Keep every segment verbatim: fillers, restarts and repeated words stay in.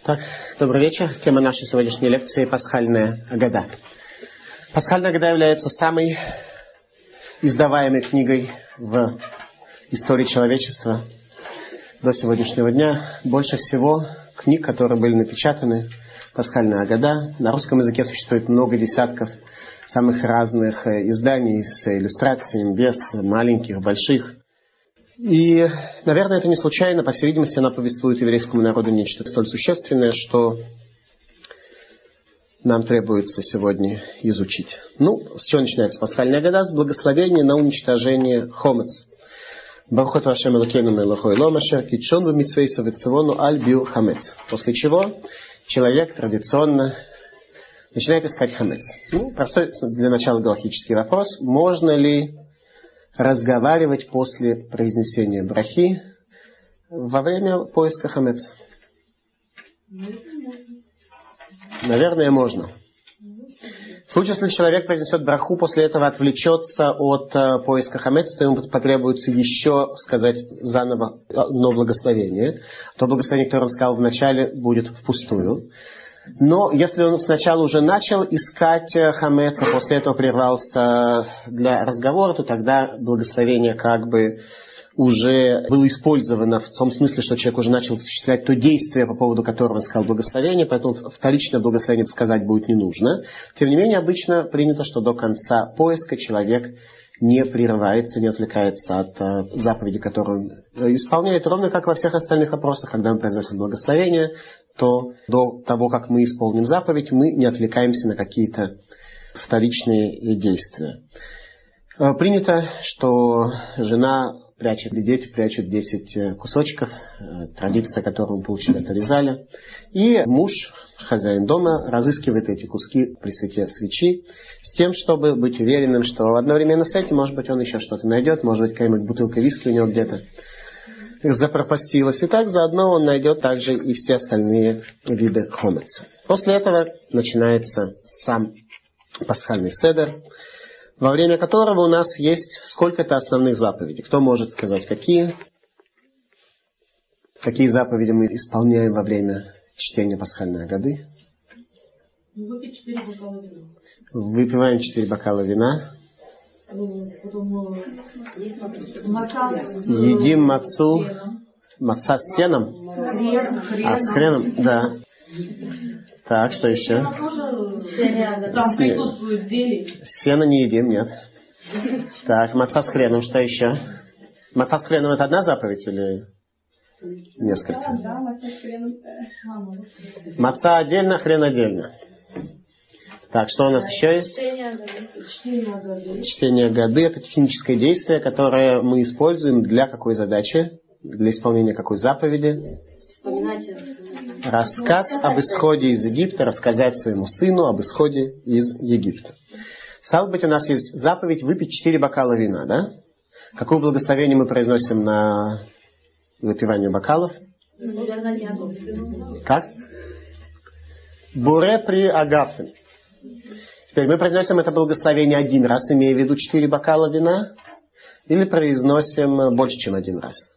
Так, добрый вечер. Тема нашей сегодняшней лекции – Пасхальная Агада. Пасхальная Агада является самой издаваемой книгой в истории человечества до сегодняшнего дня. Больше всего книг, которые были напечатаны, Пасхальная Агада. На русском языке существует много десятков самых разных изданий с иллюстрациями, без маленьких, больших. И, наверное, это не случайно. По всей видимости, она повествует еврейскому народу нечто столь существенное, что нам требуется сегодня изучить. Ну, с чего начинается Пасхальная Агада? С благословения на уничтожение хомец. Барух ато Ашем Элокейну мелоху элом ашер кидшон б'митцвейсо вецивону аль бию хамец. После чего человек традиционно начинает искать хамец. Ну, простой для начала галактический вопрос. Можно ли разговаривать после произнесения брахи во время поиска хамец? Наверное, можно. В случае, если человек произнесет браху, после этого отвлечется от э, поиска хамец, то ему потребуется еще сказать заново одно благословение. То благословение, которое он сказал в начале, будет впустую. Но если он сначала уже начал искать хамец, а после этого прервался для разговора, то тогда благословение как бы уже было использовано в том смысле, что человек уже начал осуществлять то действие, по поводу которого он сказал благословение, поэтому вторичное благословение сказать будет не нужно. Тем не менее, обычно принято, что до конца поиска человек не прерывается, не отвлекается от э, заповеди, которую он исполняет, ровно как во всех остальных вопросах, когда мы произносим благословение, то до того, как мы исполним заповедь, мы не отвлекаемся на какие-то вторичные действия. Э, принято, что жена прячет, или дети прячут десять кусочков, э, традиция, которую мы получили от Аризаля, и муж, хозяин дома, разыскивает эти куски при свете свечи с тем, чтобы быть уверенным, что одновременно с этим, может быть, он еще что-то найдет, может быть, какая-нибудь бутылка виски у него где-то запропастилась. И так заодно он найдет также и все остальные виды хомеца. После этого начинается сам пасхальный седер, во время которого у нас есть сколько-то основных заповедей. Кто может сказать, какие? Какие заповеди мы исполняем во время чтения Пасхальной Агады? Выпить четыре бокала вина. Выпиваем четыре бокала вина. Потом едим мацу. Маца с сеном? Хрен, хрен. А, с хреном? Да. Так, что еще? Там присутствует зелень. Сено не едим, нет. Так, маца с хреном, что еще? Маца с хреном это одна заповедь или несколько? Да, маца с хреном. Маца отдельно, хрен отдельно. Так, что у нас еще есть? Чтение Агады. Чтение Агады. Это техническое действие, которое мы используем для какой задачи? Для исполнения какой заповеди? Рассказ об исходе из Египта, рассказать своему сыну об исходе из Египта. Стало быть, у нас есть заповедь выпить четыре бокала вина, да? Какое благословение мы произносим на выпивание бокалов? Как? Буре при агафе. Теперь мы произносим это благословение один раз, имея в виду четыре бокала вина, или произносим больше, чем один раз?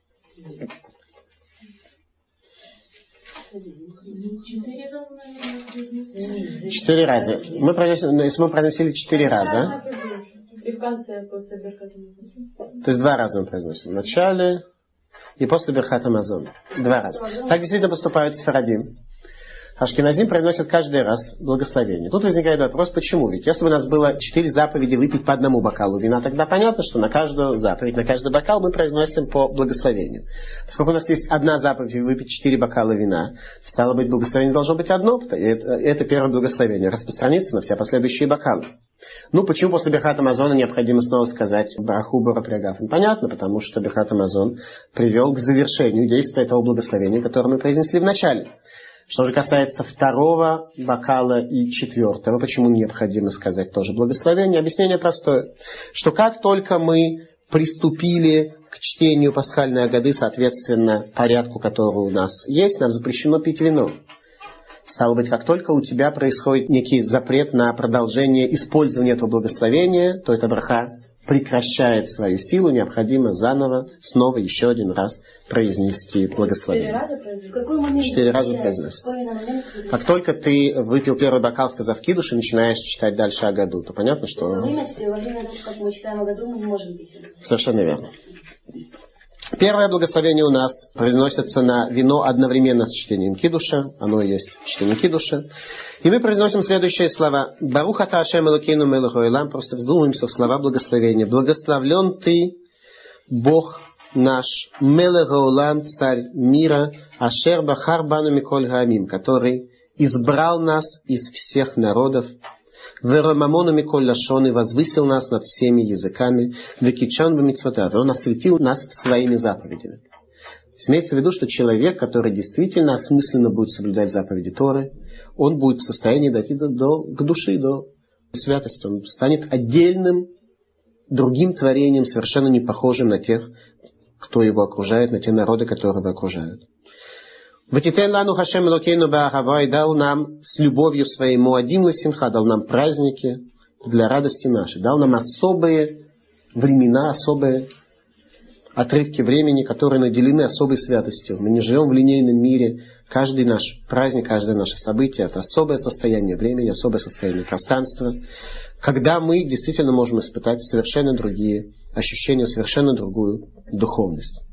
Четыре раза. Мы произносим, если мы произносили четыре раза, И в конце после Беркат то есть два раза мы произносим. В начале и после Беркат Амазон. Два раза. Так действительно поступают сефарадим. Ашкеназим произносят каждый раз благословение. Тут возникает вопрос, почему? Ведь если бы у нас было четыре заповеди выпить по одному бокалу вина, тогда понятно, что на каждую заповедь, на каждый бокал мы произносим по благословению. Поскольку у нас есть одна заповедь выпить четыре бокала вина, стало быть, благословение должно быть одно, это, это первое благословение, распространится на все последующие бокалы. Ну, почему после Беркат Амазона необходимо снова сказать браху буре при агафе? Понятно, потому что Беркат Амазон привел к завершению действия этого благословения, которое мы произнесли в начале. Что же касается второго бокала и четвертого, почему необходимо сказать тоже благословение? Объяснение простое, что как только мы приступили к чтению Пасхальной Агады, соответственно, порядку, который у нас есть, нам запрещено пить вино. Стало быть, как только у тебя происходит некий запрет на продолжение использования этого благословения, то эта браха прекращает свою силу, необходимо заново, снова, еще один раз произнести благословение. Четыре раза произносится. Как только ты выпил первый бокал, сказав кидуш, и начинаешь читать дальше Агаду, то понятно, что... Во время, во время того, как мы читаем Агаду, мы не можем пить. Совершенно верно. Первое благословение у нас произносится на вино одновременно с чтением кидуша. Оно есть чтение кидуша. И мы произносим следующие слова. Барух ата Ашем Элокейну мелech хаолам. Просто вдумаемся в слова благословения. Благословлен ты, Бог наш, мелech хаолам, царь мира, ашер бахар бану миколь хаамим, который избрал нас из всех народов, Веромамону миколь лашон, и возвысил нас над всеми языками, векичан бамитцвотав, он осветил нас своими заповедями. То есть имеется в виду, что человек, который действительно осмысленно будет соблюдать заповеди Торы, он будет в состоянии дойти до, до, к душе, до святости. Он станет отдельным, другим творением, совершенно не похожим на тех, кто его окружает, на те народы, которые его окружают. Ватитен лану Хашем Элокейну баахава, и дал нам с любовью своей муадим ласимха, дал нам праздники для радости нашей, дал нам особые времена, особые отрывки времени, которые наделены особой святостью. Мы не живем в линейном мире. Каждый наш праздник, каждое наше событие — это особое состояние времени, особое состояние пространства, когда мы действительно можем испытать совершенно другие ощущения, совершенно другую духовность.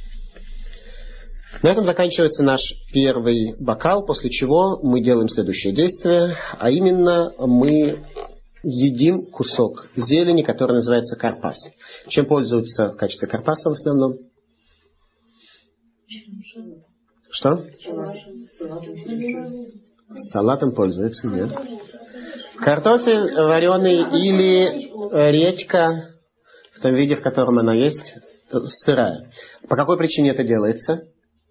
На этом заканчивается наш первый бокал, после чего мы делаем следующее действие, а именно мы едим кусок зелени, который называется карпас. Чем пользуются в качестве карпаса в основном? Что? С салатом пользуются, нет. Картофель вареный или редька в том виде, в котором она есть, сырая. По какой причине это делается?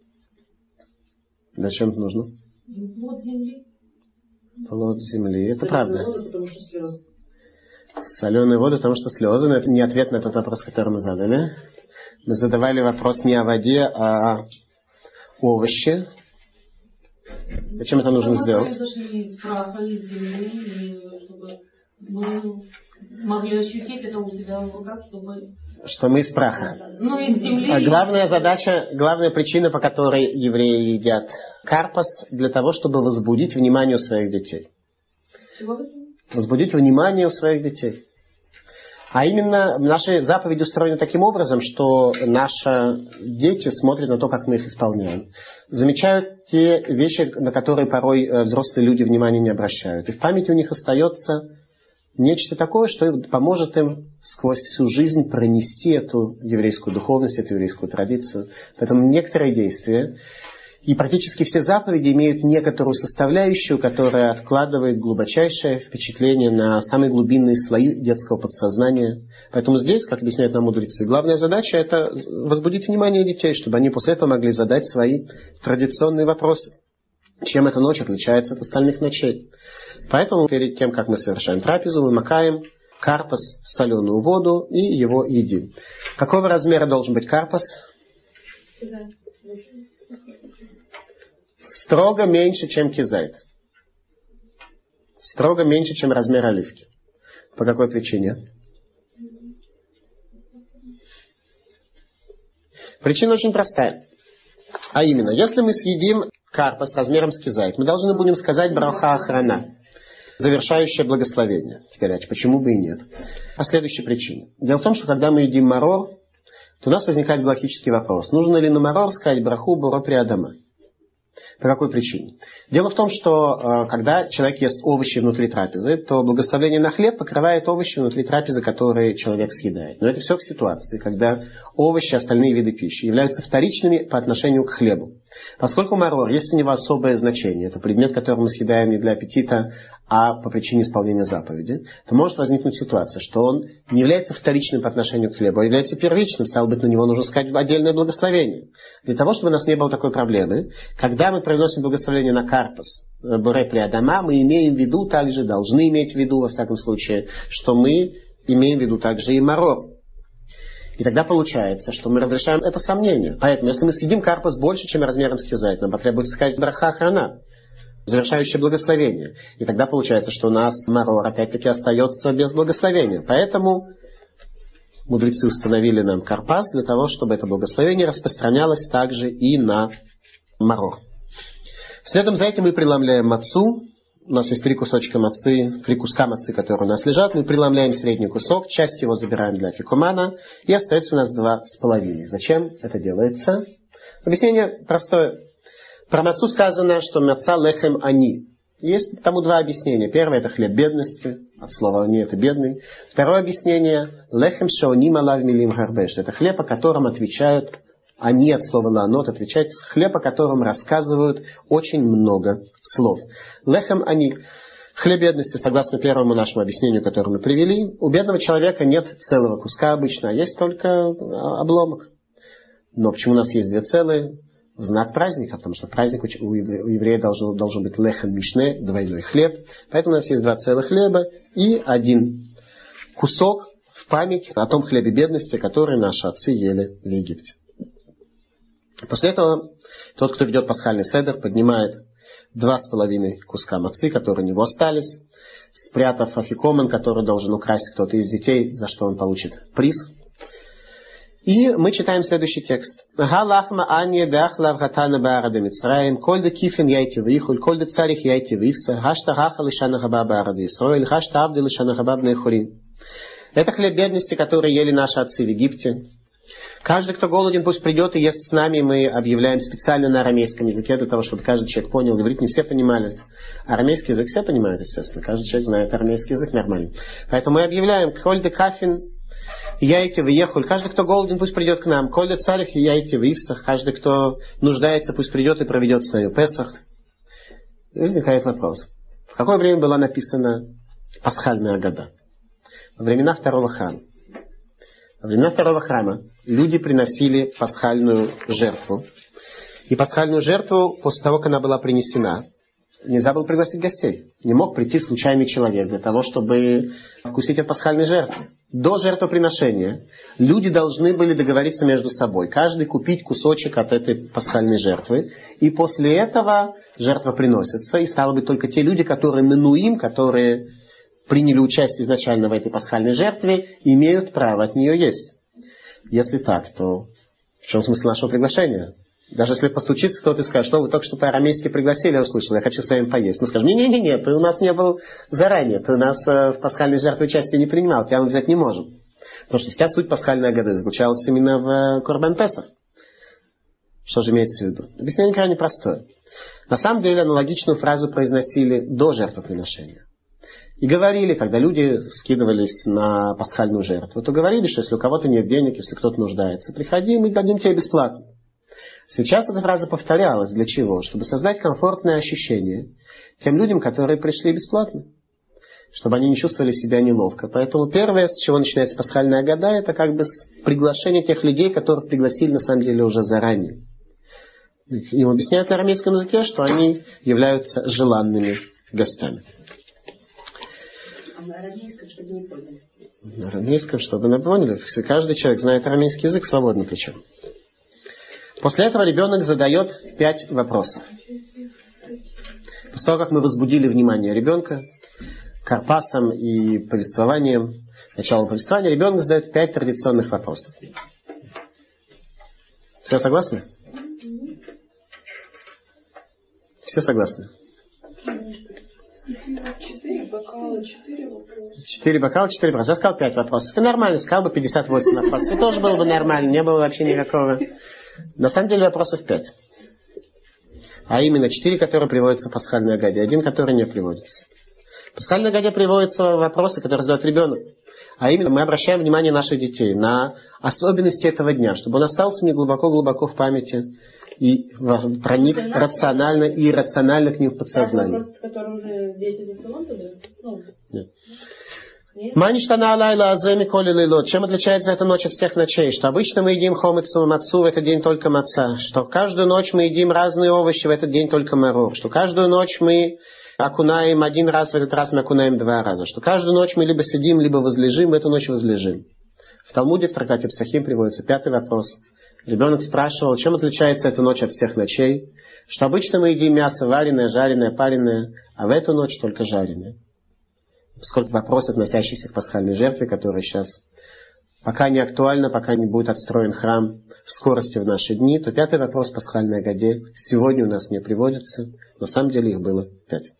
Зачем это нужно? Плод земли. Плод земли. Это Соленую правда. воду, потому что слезы. Соленую воду, потому что слезы. Но это не ответ на тот вопрос, который мы задали. Мы задавали вопрос не о воде, а о овощи. Зачем это нужно сделать? Мы произошли из праха, из земли, и чтобы мы могли ощутить это у себя в руках, чтобы... Что мы из праха. Ну, из земли. А главная задача, главная причина, по которой евреи едят карпас, для того, чтобы возбудить внимание у своих детей. Чего? Возбудить внимание у своих детей. А именно, наши заповеди устроены таким образом, что наши дети смотрят на то, как мы их исполняем. Замечают те вещи, на которые порой взрослые люди внимания не обращают. И в памяти у них остается нечто такое, что поможет им сквозь всю жизнь пронести эту еврейскую духовность, эту еврейскую традицию. Поэтому некоторые действия и практически все заповеди имеют некоторую составляющую, которая откладывает глубочайшее впечатление на самые глубинные слои детского подсознания. Поэтому здесь, как объясняют нам мудрецы, главная задача — это возбудить внимание детей, чтобы они после этого могли задать свои традиционные вопросы. Чем эта ночь отличается от остальных ночей? Поэтому перед тем, как мы совершаем трапезу, мы макаем карпас в соленую воду и его едим. Какого размера должен быть карпас? Строго меньше, чем кизайт. Строго меньше, чем размер оливки. По какой причине? Причина очень простая. А именно, если мы съедим карпас размером с кизайт, мы должны будем сказать браха охрана, завершающее благословение. Теперь, а почему бы и нет? По следующей причине. Дело в том, что когда мы едим марор, то у нас возникает галактический вопрос. Нужно ли на марор сказать браху буро при Адама? По какой причине? Дело в том, что когда человек ест овощи внутри трапезы, то благословение на хлеб покрывает овощи внутри трапезы, которые человек съедает. Но это все в ситуации, когда овощи, остальные виды пищи являются вторичными по отношению к хлебу. Поскольку марор есть у него особое значение, это предмет, который мы съедаем не для аппетита, а по причине исполнения заповеди, то может возникнуть ситуация, что он не является вторичным по отношению к хлебу, а является первичным, стало быть, на него нужно сказать отдельное благословение. Для того, чтобы у нас не было такой проблемы, когда мы произносим благословение на карпас, буре при Адама, мы имеем в виду также, должны иметь в виду, во всяком случае, что мы имеем в виду также и марор. И тогда получается, что мы разрешаем это сомнение. Поэтому, если мы съедим карпас больше, чем размером с кизайт, нам потребуется сказать браха охрана, завершающее благословение. И тогда получается, что у нас марор опять-таки остается без благословения. Поэтому мудрецы установили нам карпас для того, чтобы это благословение распространялось также и на марор. Следом за этим мы преломляем мацу. У нас есть три кусочка мацы, три куска мацы, которые у нас лежат. Мы преломляем средний кусок, часть его забираем для афикумана, и остается у нас два с половиной. Зачем это делается? Объяснение простое. Про мацу сказано, что маца лехем ани. Есть тому два объяснения. Первое — это хлеб бедности. От слова «они» — это бедный. Второе объяснение — лехем шаоним алав милим гарбеш. Это хлеб, о котором отвечают они, от слова лаанот, отвечают, хлеб, о котором рассказывают очень много слов. Лехем они. Хлеб бедности, согласно первому нашему объяснению, которое мы привели, у бедного человека нет целого куска обычно, а есть только обломок. Но почему у нас есть две целые? В знак праздника, потому что праздник у еврея должен, должен быть лехем мишне, двойной хлеб. Поэтому у нас есть два целых хлеба и один кусок в память о том хлебе бедности, который наши отцы ели в Египте. После этого тот, кто ведет пасхальный седер, поднимает два с половиной куска мацы, которые у него остались, спрятав афикомен, который должен украсть кто-то из детей, за что он получит приз. И мы читаем следующий текст. Галахма ани дахлав гатана баарада мицраим, коль да кифин яйти вихуль, коль да царих яйти вивса, гашта гаха лишана хаба баарада Исроэль, гашта абды лишана хаба бней хурин. Это хлеб бедности, который ели наши отцы в Египте. Каждый, кто голоден, пусть придет и ест с нами. Мы объявляем специально на арамейском языке, для того, чтобы каждый человек понял. Иврит не все понимали. Арамейский язык все понимают, естественно. Каждый человек знает арамейский язык нормально. Поэтому мы объявляем: коль де кафин яйте вехуль. Каждый, кто голоден, пусть придет к нам. Коль де царих яйте вивсах. Каждый, кто нуждается, пусть придет и проведет с нами Песах. И возникает вопрос. В какое время была написана пасхальная агада? Во времена второго храма. Во времена второго храма люди приносили пасхальную жертву. И пасхальную жертву, после того, как она была принесена, нельзя было пригласить гостей. Не мог прийти случайный человек для того, чтобы вкусить от пасхальной жертвы. До жертвоприношения люди должны были договориться между собой. Каждый купить кусочек от этой пасхальной жертвы. И после этого жертва приносится. И стало быть, только те люди, которые менуим, которые приняли участие изначально в этой пасхальной жертве, имеют право от нее есть. Если так, то в чем смысл нашего приглашения? Даже если постучится кто-то и скажет, что вы только что по-арамейски пригласили, я услышал, я хочу с вами поесть. Мы скажем: не-не-не, ты у нас не был заранее, ты у нас в пасхальной жертве участие не принимал, тебя мы взять не можем. Потому что вся суть пасхальной агады заключалась именно в Корбан Песах. Что же имеется в виду? Объяснение крайне простое. На самом деле аналогичную фразу произносили до жертвоприношения. И говорили, когда люди скидывались на пасхальную жертву, то говорили, что если у кого-то нет денег, если кто-то нуждается, приходи, мы дадим тебе бесплатно. Сейчас эта фраза повторялась. Для чего? Чтобы создать комфортное ощущение тем людям, которые пришли бесплатно. Чтобы они не чувствовали себя неловко. Поэтому первое, с чего начинается пасхальная агада, это как бы приглашение тех людей, которых пригласили на самом деле уже заранее. Им объясняют на арамейском языке, что они являются желанными гостями. На арамейском, чтобы не поняли. На арамейском, чтобы не поняли. Каждый человек знает арамейский язык свободно причем. После этого ребенок задает пять вопросов. После того, как мы возбудили внимание ребенка карпасом и повествованием, началом повествования, ребенок задает пять традиционных вопросов. Все согласны? Все согласны? Четыре бокала, четыре вопроса. Четыре бокала, четыре вопроса. Я сказал пять вопросов. И нормально, сказал бы пятьдесят восемь вопросов. И тоже было бы нормально, не было вообще никакого. На самом деле вопросов пять. А именно четыре, которые приводятся в пасхальной агаде, один, который не приводится. В пасхальной агаде приводятся вопросы, которые задает ребенок. А именно мы обращаем внимание наших детей на особенности этого дня, чтобы он остался не глубоко-глубоко в памяти и проник рационально и иррационально к ним в подсознание. Который уже дети за столом задают? Нет. Маништана алайла аземи коли лилот. Чем отличается эта ночь от всех ночей? Что обычно мы едим хомецу мацу, в этот день только маца. Что каждую ночь мы едим разные овощи, в этот день только марор. Что каждую ночь мы окунаем один раз, в этот раз мы окунаем два раза. Что каждую ночь мы либо сидим, либо возлежим, в эту ночь возлежим. В Талмуде, в трактате Псахим приводится пятый вопрос. Ребенок спрашивал, чем отличается эта ночь от всех ночей? Что обычно мы едим мясо вареное, жареное, пареное, а в эту ночь только жареное. Поскольку вопрос, относящийся к пасхальной жертве, которая сейчас пока не актуально, пока не будет отстроен храм в скорости в наши дни, то пятый вопрос пасхальной Агаде сегодня у нас не приводится. На самом деле их было пять.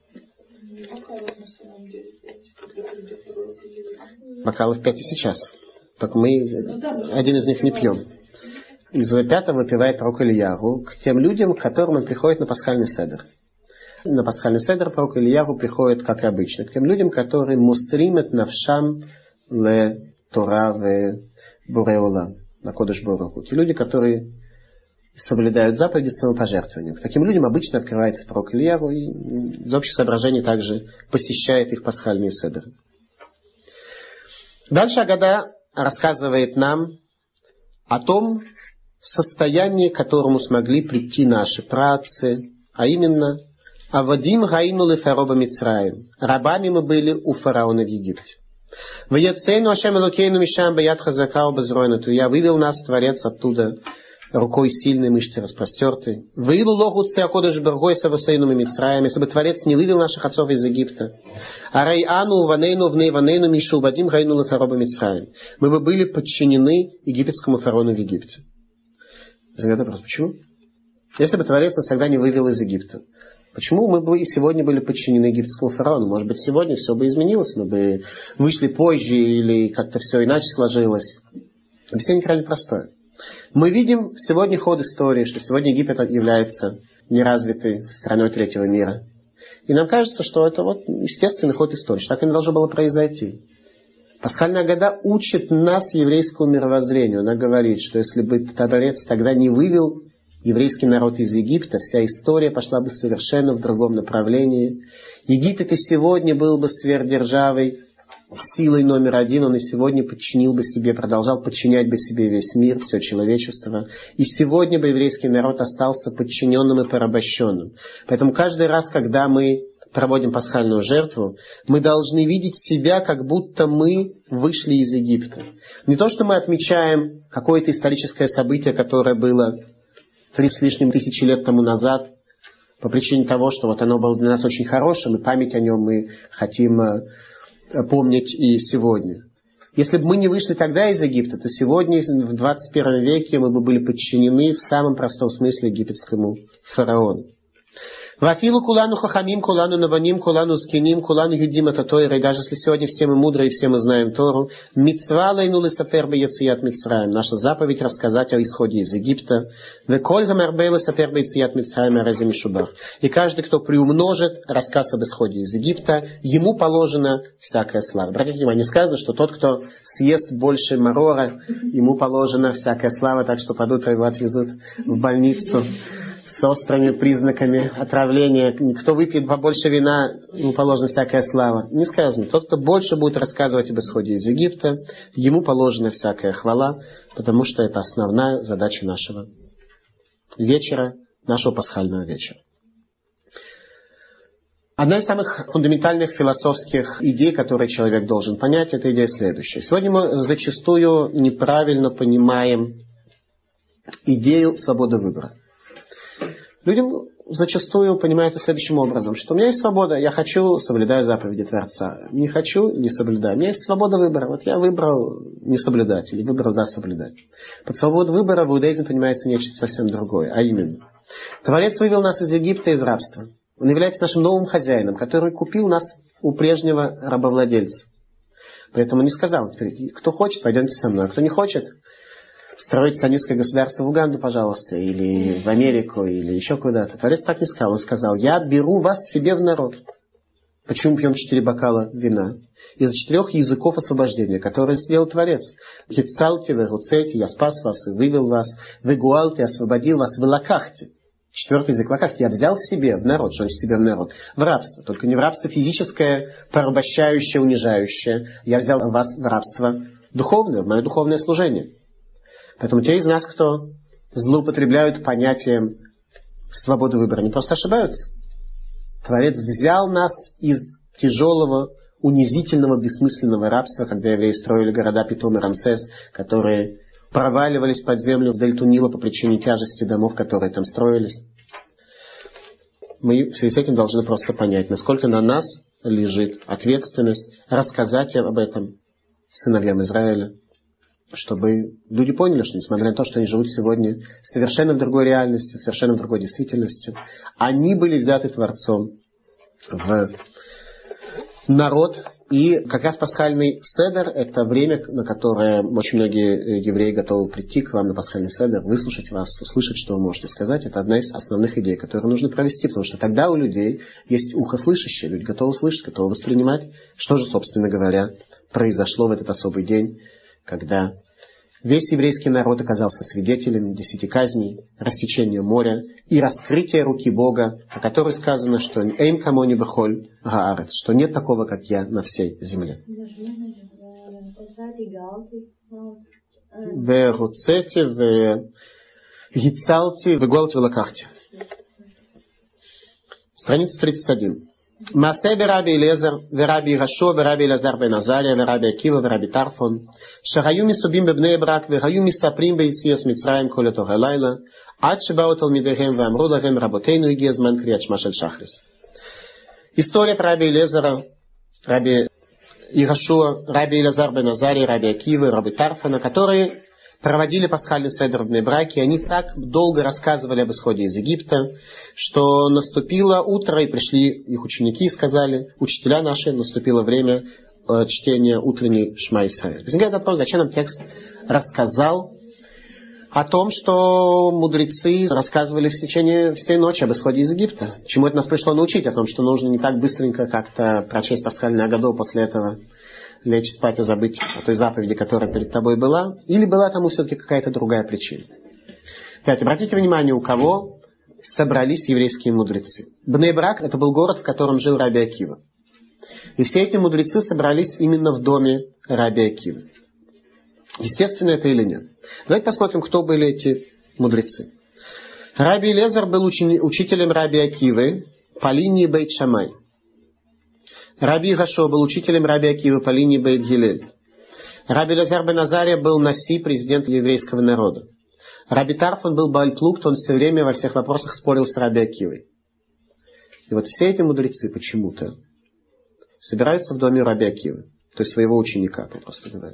Бокалов пять и сейчас. Только мы один из них не пьем. Из пятого выпивает пророк Ильяру к тем людям, к которым он приходит на пасхальный седер. На пасхальный седер пророк Ильяру приходит, как и обычно, к тем людям, которые мусримет навшам ле Тора в Буреула, на Кодеш Боруху. Те люди, которые соблюдают заповеди самопожертвованием. К таким людям обычно открывается пророк Ильяру и из общих соображений также посещает их пасхальные седеры. Дальше Агада рассказывает нам о том состоянии, к которому смогли прийти наши праотцы, а именно «Авадим гаину лефароба Мицраим». Рабами мы были у фараона в Египте. «Ваяцейну ашем элокейну мишам баяд хазакау базройна туя». Вывел нас Творец оттуда рукой сильной, мышцы распростертой. «Ваилу лоху цеакодыш бергой савусейну мимицраим». Если бы Творец не вывел наших отцов из Египта. «Арай ану ванейну вней ванейну мишу вадим гаину лефароба Мицраим». Мы бы были подчинены египетскому фараону в Египте. Задает вопрос, почему? Если бы Творец нас тогда не вывел из Египта, почему мы бы и сегодня были подчинены египетскому фараону? Может быть, сегодня все бы изменилось, мы бы вышли позже или как-то все иначе сложилось. Объяснение крайне простое. Мы видим сегодня ход истории, что сегодня Египет является неразвитой страной третьего мира. И нам кажется, что это вот естественный ход истории, что так и не должно было произойти. Пасхальная Агада учит нас еврейскому мировоззрению. Она говорит, что если бы Творец тогда не вывел еврейский народ из Египта, вся история пошла бы совершенно в другом направлении. Египет и сегодня был бы сверхдержавой, силой номер один. Он и сегодня подчинил бы себе, продолжал подчинять бы себе весь мир, все человечество. И сегодня бы еврейский народ остался подчиненным и порабощенным. Поэтому каждый раз, когда мы проводим пасхальную жертву, мы должны видеть себя, как будто мы вышли из Египта. Не то, что мы отмечаем какое-то историческое событие, которое было три с лишним тысячи лет тому назад, по причине того, что вот оно было для нас очень хорошим, и память о нем мы хотим помнить и сегодня. Если бы мы не вышли тогда из Египта, то сегодня, в двадцать первом веке, мы бы были подчинены в самом простом смысле египетскому фараону. Вафилу кулану хахамим, кулану наваним, кулану скиним, кулану юдим это Тойра. И даже если сегодня все мы мудрые, и все мы знаем Тору, мицва лейну лисафер бейцият Мицраим. Наша заповедь рассказать о исходе из Египта. Веколь гамарбей лисафер бейцият Мицраим арази мишубах. И каждый, кто приумножит рассказ об исходе из Египта, ему положена всякая слава. Обратите внимание, сказано, что тот, кто съест больше марора, ему положена всякая слава, так что под утро его отвезут в больницу с острыми признаками отравления. Кто выпьет побольше вина, ему положена всякая слава. Не сказано. Тот, кто больше будет рассказывать об исходе из Египта, ему положена всякая хвала, потому что это основная задача нашего вечера, нашего пасхального вечера. Одна из самых фундаментальных философских идей, которые человек должен понять, это идея следующая. Сегодня мы зачастую неправильно понимаем идею свободы выбора. Людям зачастую понимают это следующим образом, что у меня есть свобода, я хочу, соблюдаю заповеди Творца. Не хочу, не соблюдаю. У меня есть свобода выбора. Вот я выбрал не соблюдать, или выбрал да соблюдать. Под свободой выбора в иудаизме понимается нечто совсем другое, а именно. Творец вывел нас из Египта, из рабства. Он является нашим новым хозяином, который купил нас у прежнего рабовладельца. Поэтому не сказал, теперь, кто хочет, пойдемте со мной, а кто не хочет, строить сионистское государство в Уганду, пожалуйста, или в Америку, или еще куда-то. Творец так не сказал. Он сказал, я беру вас себе в народ. Почему пьем четыре бокала вина? Из-за четырех языков освобождения, которые сделал Творец. Хицалти, вегуцети, я спас вас и вывел вас. Вегуалти, освободил вас. Велакахти. Четвертый язык лакахти. Я взял себе в народ. Что значит себе в народ? В рабство. Только не в рабство физическое, порабощающее, унижающее. Я взял вас в рабство духовное, в мое духовное служение. Поэтому те из нас, кто злоупотребляют понятием свободы выбора, не просто ошибаются. Творец взял нас из тяжелого, унизительного, бессмысленного рабства, когда евреи строили города Питом и Рамсес, которые проваливались под землю в дельту Нила по причине тяжести домов, которые там строились. Мы в связи с этим должны просто понять, насколько на нас лежит ответственность рассказать об этом сыновьям Израиля, чтобы люди поняли, что несмотря на то, что они живут сегодня совершенно в другой реальности, совершенно в другой действительности, они были взяты Творцом в народ. И как раз пасхальный седер — это время, на которое очень многие евреи готовы прийти к вам на пасхальный седер, выслушать вас, услышать, что вы можете сказать. Это одна из основных идей, которые нужно провести, потому что тогда у людей есть ухо слышащее, люди готовы слышать, готовы воспринимать, что же, собственно говоря, произошло в этот особый день, когда весь еврейский народ оказался свидетелем десяти казней, рассечения моря и раскрытия руки Бога, о которой сказано, что «Эйм камони бехоль гаарец», что нет такого, как я на всей земле. «Веруцете, вегицалти, веголти, велакахти». Страница тридцать один. מעשה ברבי אליעזר ורבי יהושע ורבי אלעזר בן עזריה ורבי עקיבא ורבי טרפון שהיו מסובים בבני ברק והיו מספרים ביציאת מצרים כל אותו הלילה עד שבאו תלמידיהם ואמרו להם רבותינו הגיע זמן קריאת שמע של שחרית. История про Раби Элиэзера, Раби Йеошуа, Раби Элазар бен Азария, Раби Акивы, Раби Тарфона, которые проводили пасхальный седер в Бней-Браке, они так долго рассказывали об исходе из Египта, что наступило утро, и пришли их ученики и сказали: учителя наши, наступило время э, чтения утренней Шма Исраэль. Возникает вопрос, зачем нам текст рассказал о том, что мудрецы рассказывали в течение всей ночи об исходе из Египта. Чему это нас пришло научить? О том, что нужно не так быстренько как-то прочесть пасхальный Агаду, после этого лечь спать и забыть о той заповеди, которая перед тобой была, или была тому все-таки какая-то другая причина. Опять, обратите внимание, у кого собрались еврейские мудрецы. Бней-Брак — это был город, в котором жил Раби Акива. И все эти мудрецы собрались именно в доме Раби Акивы. Естественно это или нет? Давайте посмотрим, кто были эти мудрецы. Раби Элиэзер был учени- учителем Раби Акивы по линии Бейт Шамай. Раби Йеошуа был учителем Раби Акивы по линии Бейт Гилель. Раби Элазар бен Азария был наси, президент еврейского народа. Раби Тарфон был Бааль Плугт, он все время во всех вопросах спорил с Раби Акивой. И вот все эти мудрецы почему-то собираются в доме Раби Акивы, то есть своего ученика, попросту говоря.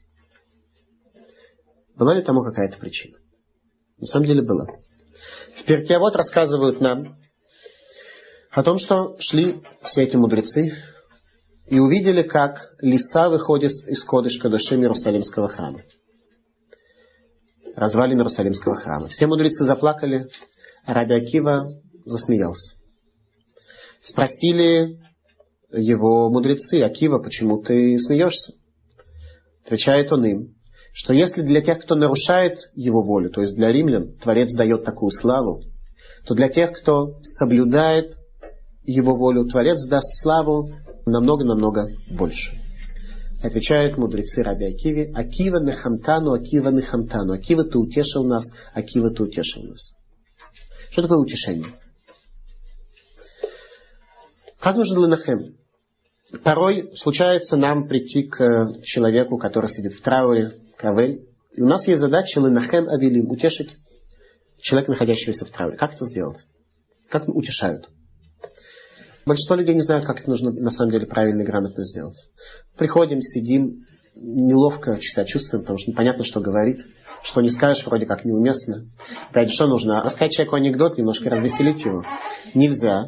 Была ли тому какая-то причина? На самом деле была. В Перкей Авот рассказывают нам о том, что шли все эти мудрецы и увидели, как лиса выходит из Кодеш Кодешим Иерусалимского храма. Развалин Иерусалимского храма. Все мудрецы заплакали, а Раби Акива засмеялся. Спросили его мудрецы: Акива, почему ты смеешься? Отвечает он им, что если для тех, кто нарушает его волю, то есть для римлян, Творец дает такую славу, то для тех, кто соблюдает его волю, Творец даст славу намного-намного больше. Отвечают мудрецы Раби Акиве: Акива нехамтану, Акива нехамтану. Акива, ты утешил нас, Акива, ты утешил нас. Что такое утешение? Как нужен линахем? Порой случается нам прийти к человеку, который сидит в трауре, кавель, и у нас есть задача линахем авилим, утешить человека, находящегося в трауре. Как это сделать? Как утешают? Большинство людей не знают, как это нужно на самом деле правильно и грамотно сделать. Приходим, сидим, неловко себя чувствуем, потому что непонятно, что говорить, что не скажешь, вроде как неуместно. Опять же, что нужно? Рассказать человеку анекдот, немножко развеселить его. Нельзя.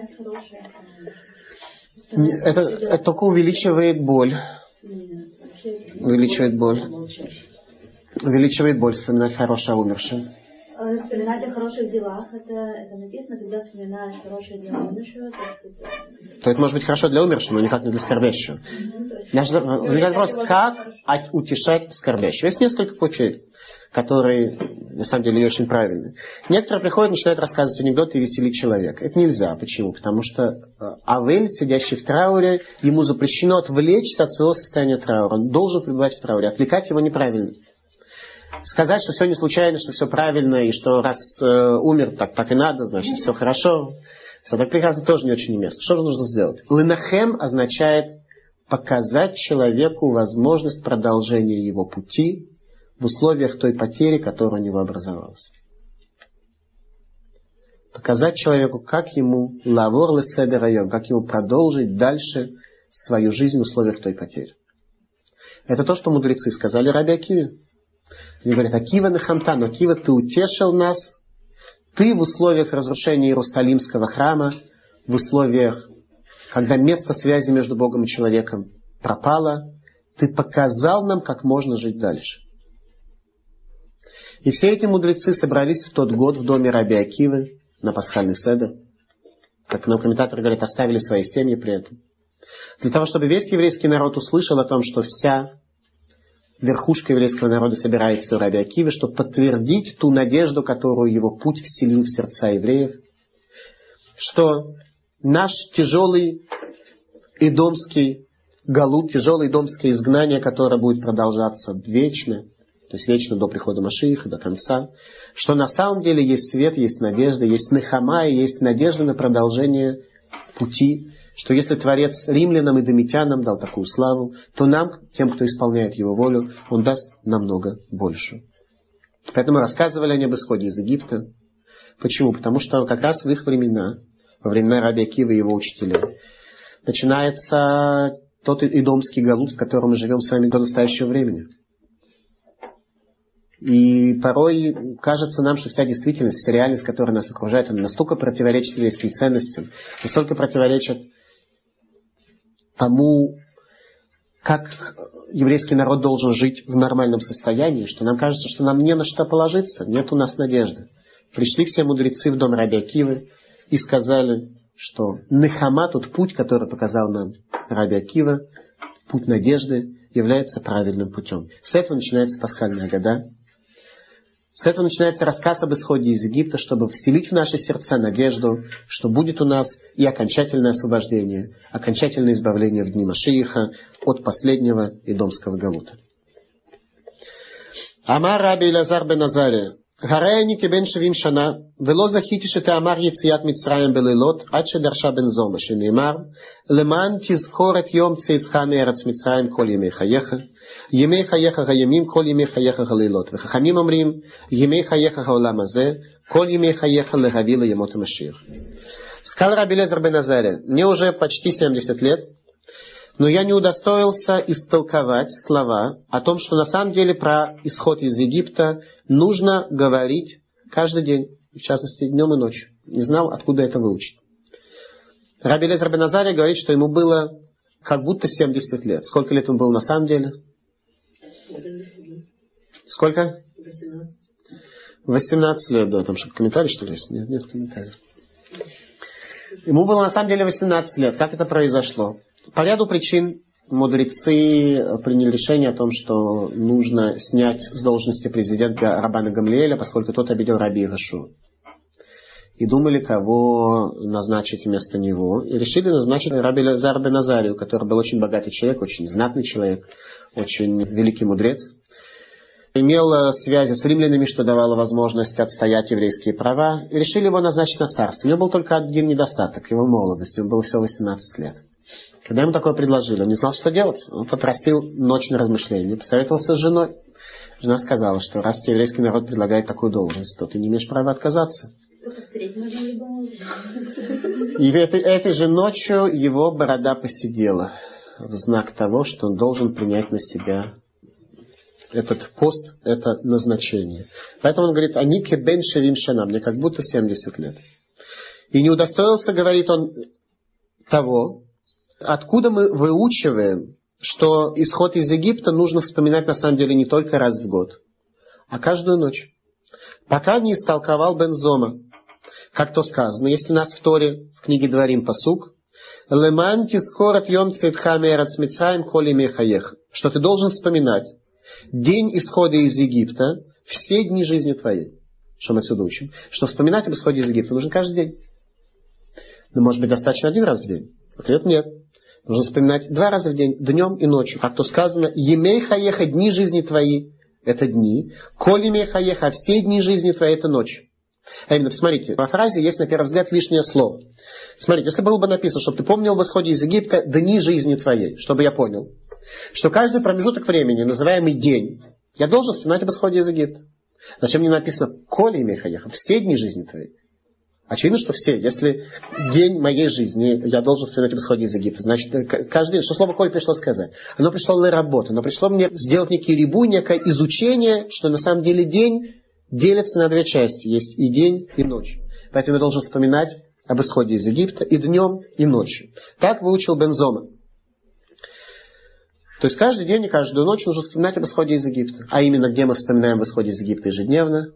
Это, это только увеличивает боль. Увеличивает боль. Увеличивает боль, вспоминать хорошее о умершем. Вспоминать о хороших делах, это, это написано, когда вспоминаешь хорошие дела умершего, то есть это... То это может быть хорошо для умершего, но никак не для скорбящего. Mm-hmm. Возникает вопрос, как утешать скорбящего. Есть несколько путей, которые на самом деле не очень правильные. Некоторые приходят, начинают рассказывать анекдоты и веселить человека. Это нельзя. Почему? Потому что авель, сидящий в трауре, ему запрещено отвлечься от своего состояния траура. Он должен пребывать в трауре. Отвлекать его неправильно. Сказать, что все не случайно, что все правильно, и что раз э, умер, так, так и надо, значит, все хорошо. Все так прекрасно, тоже не очень уместно. Что же нужно сделать? Линахем означает показать человеку возможность продолжения его пути в условиях той потери, которая у него образовалась. Показать человеку, как ему лавор леседер айом, как ему продолжить дальше свою жизнь в условиях той потери. Это то, что мудрецы сказали Раби Акиве. Они говорят: Акива нехамтан, Акива, ты утешил нас, ты в условиях разрушения Иерусалимского храма, в условиях, когда место связи между Богом и человеком пропало, ты показал нам, как можно жить дальше. И все эти мудрецы собрались в тот год в доме Раби Акивы на пасхальный седер. Как нам комментаторы говорят, оставили свои семьи при этом. Для того, чтобы весь еврейский народ услышал о том, что вся верхушка еврейского народа собирается у Раби Акивы, чтобы подтвердить ту надежду, которую его путь вселил в сердца евреев, что наш тяжелый идомский галут, тяжелое идомское изгнание, которое будет продолжаться вечно, то есть вечно до прихода Машиаха, до конца, что на самом деле есть свет, есть надежда, есть нехама и есть надежда на продолжение пути, что если Творец римлянам и домитянам дал такую славу, то нам, тем, кто исполняет его волю, он даст намного больше. Поэтому рассказывали они об исходе из Египта. Почему? Потому что как раз в их времена, во времена Раби Акивы и его учителей, начинается тот идомский галут, в котором мы живем с вами до настоящего времени. И порой кажется нам, что вся действительность, вся реальность, которая нас окружает, она настолько противоречит еврейским ценностям, настолько противоречит тому, как еврейский народ должен жить в нормальном состоянии, что нам кажется, что нам не на что положиться, нет у нас надежды. Пришли все мудрецы в дом Раби Акивы и сказали, что нехама, тот путь, который показал нам Раби Акива, путь надежды, является правильным путем. С этого начинается пасхальная Агада. С этого начинается рассказ об исходе из Египта, чтобы вселить в наши сердца надежду, что будет у нас и окончательное освобождение, окончательное избавление в дни Машиаха от последнего идомского галута. Амар Раби Элиазар бен Азария: Гарайни кебен шевим шана, вело захити шетеамар яцият Мицраим белейлот, ад шедарша бен зома, шенеемар, леман тизкор эт йом цеитха меэрец Мицраим кол ямей хаеха, ямей хаеха гаямим, кол ямей хаеха галейлот, вехахамим омрим, ямей хаеха гаолам азе, кол ямей хаеха легавила ямот Машиах. Сказал Раби Элиазар бен Азария: мне уже почти семьдесят лет, но я не удостоился истолковать слова о том, что на самом деле про исход из Египта нужно говорить каждый день, в частности днем и ночью. Не знал, откуда это выучить. Раби Элиазар бен Азария говорит, что ему было как будто семьдесят лет. Сколько лет ему было на самом деле? Сколько? восемнадцать. восемнадцать лет, да. Там что, комментарий, что ли, есть? Нет, нет комментариев. Ему было на самом деле восемнадцать лет. Как это произошло? По ряду причин мудрецы приняли решение о том, что нужно снять с должности президента Рабана Гамлиэля, поскольку тот обидел Раби Йеhoшуа. И думали, кого назначить вместо него. И решили назначить Раби Элиазар бен Азарию, который был очень богатый человек, очень знатный человек, очень великий мудрец. Имел связи с римлянами, что давало возможность отстоять еврейские права. И решили его назначить на царство. У него был только один недостаток, его молодость. Ему было всего восемнадцать лет. Когда ему такое предложили, он не знал, что делать. Он попросил ночь на размышление, посоветовался с женой. Жена сказала, что раз тебе еврейский народ предлагает такую должность, то ты не имеешь права отказаться. И этой, этой же ночью его борода поседела в знак того, что он должен принять на себя этот пост, это назначение. Поэтому он говорит: «Они кебен шевим шана», мне как будто семьдесят лет. И не удостоился, говорит он, того, откуда мы выучиваем, что исход из Египта нужно вспоминать на самом деле не только раз в год, а каждую ночь. Пока не истолковал бен Зома, как то сказано, если у нас в Торе, в книге Дворим пасук, «Леман тискорат йом цейтха меэрец Мицраим коли мехаех», что ты должен вспоминать день исхода из Египта все дни жизни твоей. Что мы отсюда учим? Что вспоминать об исходе из Египта нужно каждый день. Но может быть достаточно один раз в день? Ответ нет. Нужно вспоминать два раза в день, днем и ночью. Как то сказано, «Емей хаеха», дни жизни твои, это дни. «Коль емей хаеха», все дни жизни твои, это ночь. А именно, посмотрите, во фразе есть, на первый взгляд, лишнее слово. Смотрите, если было бы написано, чтобы ты помнил об исходе из Египта дни жизни твоей, чтобы я понял, что каждый промежуток времени, называемый день, я должен вспоминать об исходе из Египта. Зачем мне написано «Коль емей хаеха», все дни жизни твоей? Очевидно, что все. Если день моей жизни я должен вспоминать об исходе из Египта, значит, каждый день, что слово «коль» пришло сказать? Оно пришло на работу, оно пришло мне сделать некий рибу, некое изучение, что на самом деле день делится на две части. Есть и день, и ночь. Поэтому я должен вспоминать об исходе из Египта и днем, и ночью. Так выучил Бен Зома. То есть каждый день и каждую ночь нужно вспоминать об исходе из Египта. А именно, где мы вспоминаем об исходе из Египта ежедневно?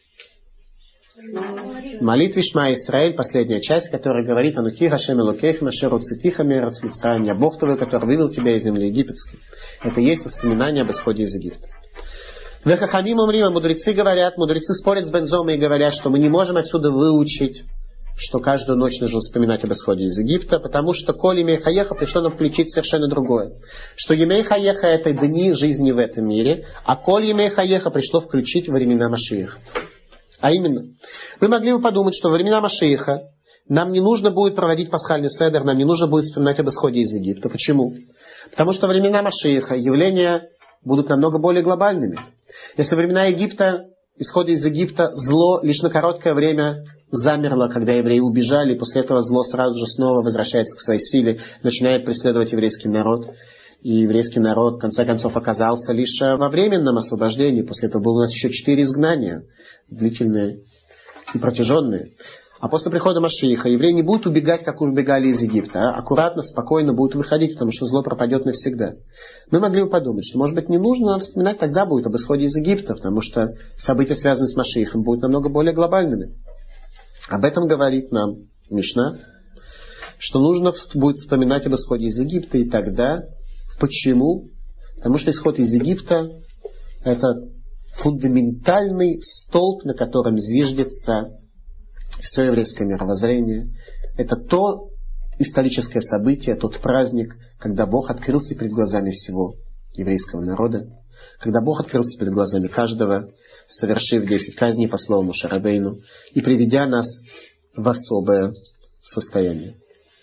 Молитве Шма Исраэль, последняя часть, которая говорит: «Анухи Хашем Элокейхем ашер хоцетиха меэрец Мицраим», «Я Бог твой, который вывел тебя из земли египетской». Это и есть воспоминание об исходе из Египта. Вехахамим умрим, мудрецы говорят, мудрецы спорят с Бен Зомой и говорят, что мы не можем отсюда выучить, что каждую ночь нужно вспоминать об исходе из Египта, потому что Коль Емей Хаеха пришло нам включить совершенно другое. Что Емей Хаеха — это дни жизни в этом мире, а Коль Емей Хаеха пришло включить времена Машиаха. А именно, вы могли бы подумать, что во времена Машиаха нам не нужно будет проводить пасхальный седер, нам не нужно будет вспоминать об исходе из Египта. Почему? Потому что во времена Машиаха явления будут намного более глобальными. Если во времена Египта, исхода из Египта, зло лишь на короткое время замерло, когда евреи убежали, и после этого зло сразу же снова возвращается к своей силе, начинает преследовать еврейский народ. И еврейский народ, в конце концов, оказался лишь во временном освобождении. После этого было у нас еще четыре изгнания, длительные и протяженные. А после прихода Машиаха евреи не будут убегать, как убегали из Египта, а аккуратно, спокойно будут выходить, потому что зло пропадет навсегда. Мы могли бы подумать, что, может быть, не нужно нам вспоминать тогда будет об исходе из Египта, потому что события, связанные с Машиахом, будут намного более глобальными. Об этом говорит нам Мишна, что нужно будет вспоминать об исходе из Египта и тогда. Почему? Потому что исход из Египта — это фундаментальный столб, на котором зиждется все еврейское мировоззрение. Это то историческое событие, тот праздник, когда Бог открылся перед глазами всего еврейского народа, когда Бог открылся перед глазами каждого, совершив десять казней по слову Моше Рабейну и приведя нас в особое состояние.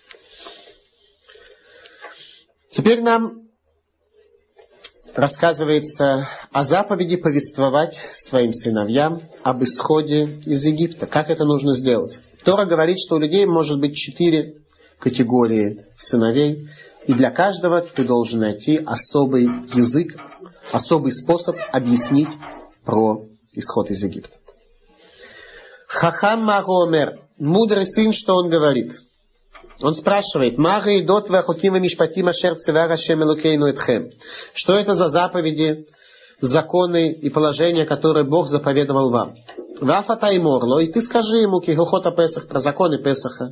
Теперь нам рассказывается о заповеди повествовать своим сыновьям об исходе из Египта. Как это нужно сделать? Тора говорит, что у людей может быть четыре категории сыновей, и для каждого ты должен найти особый язык, особый способ объяснить про исход из Египта. Хахам Магомер, мудрый сын, что он говорит? Он спрашивает: что это за заповеди, законы и положения, которые Бог заповедовал вам? И ты скажи ему про законы Песаха,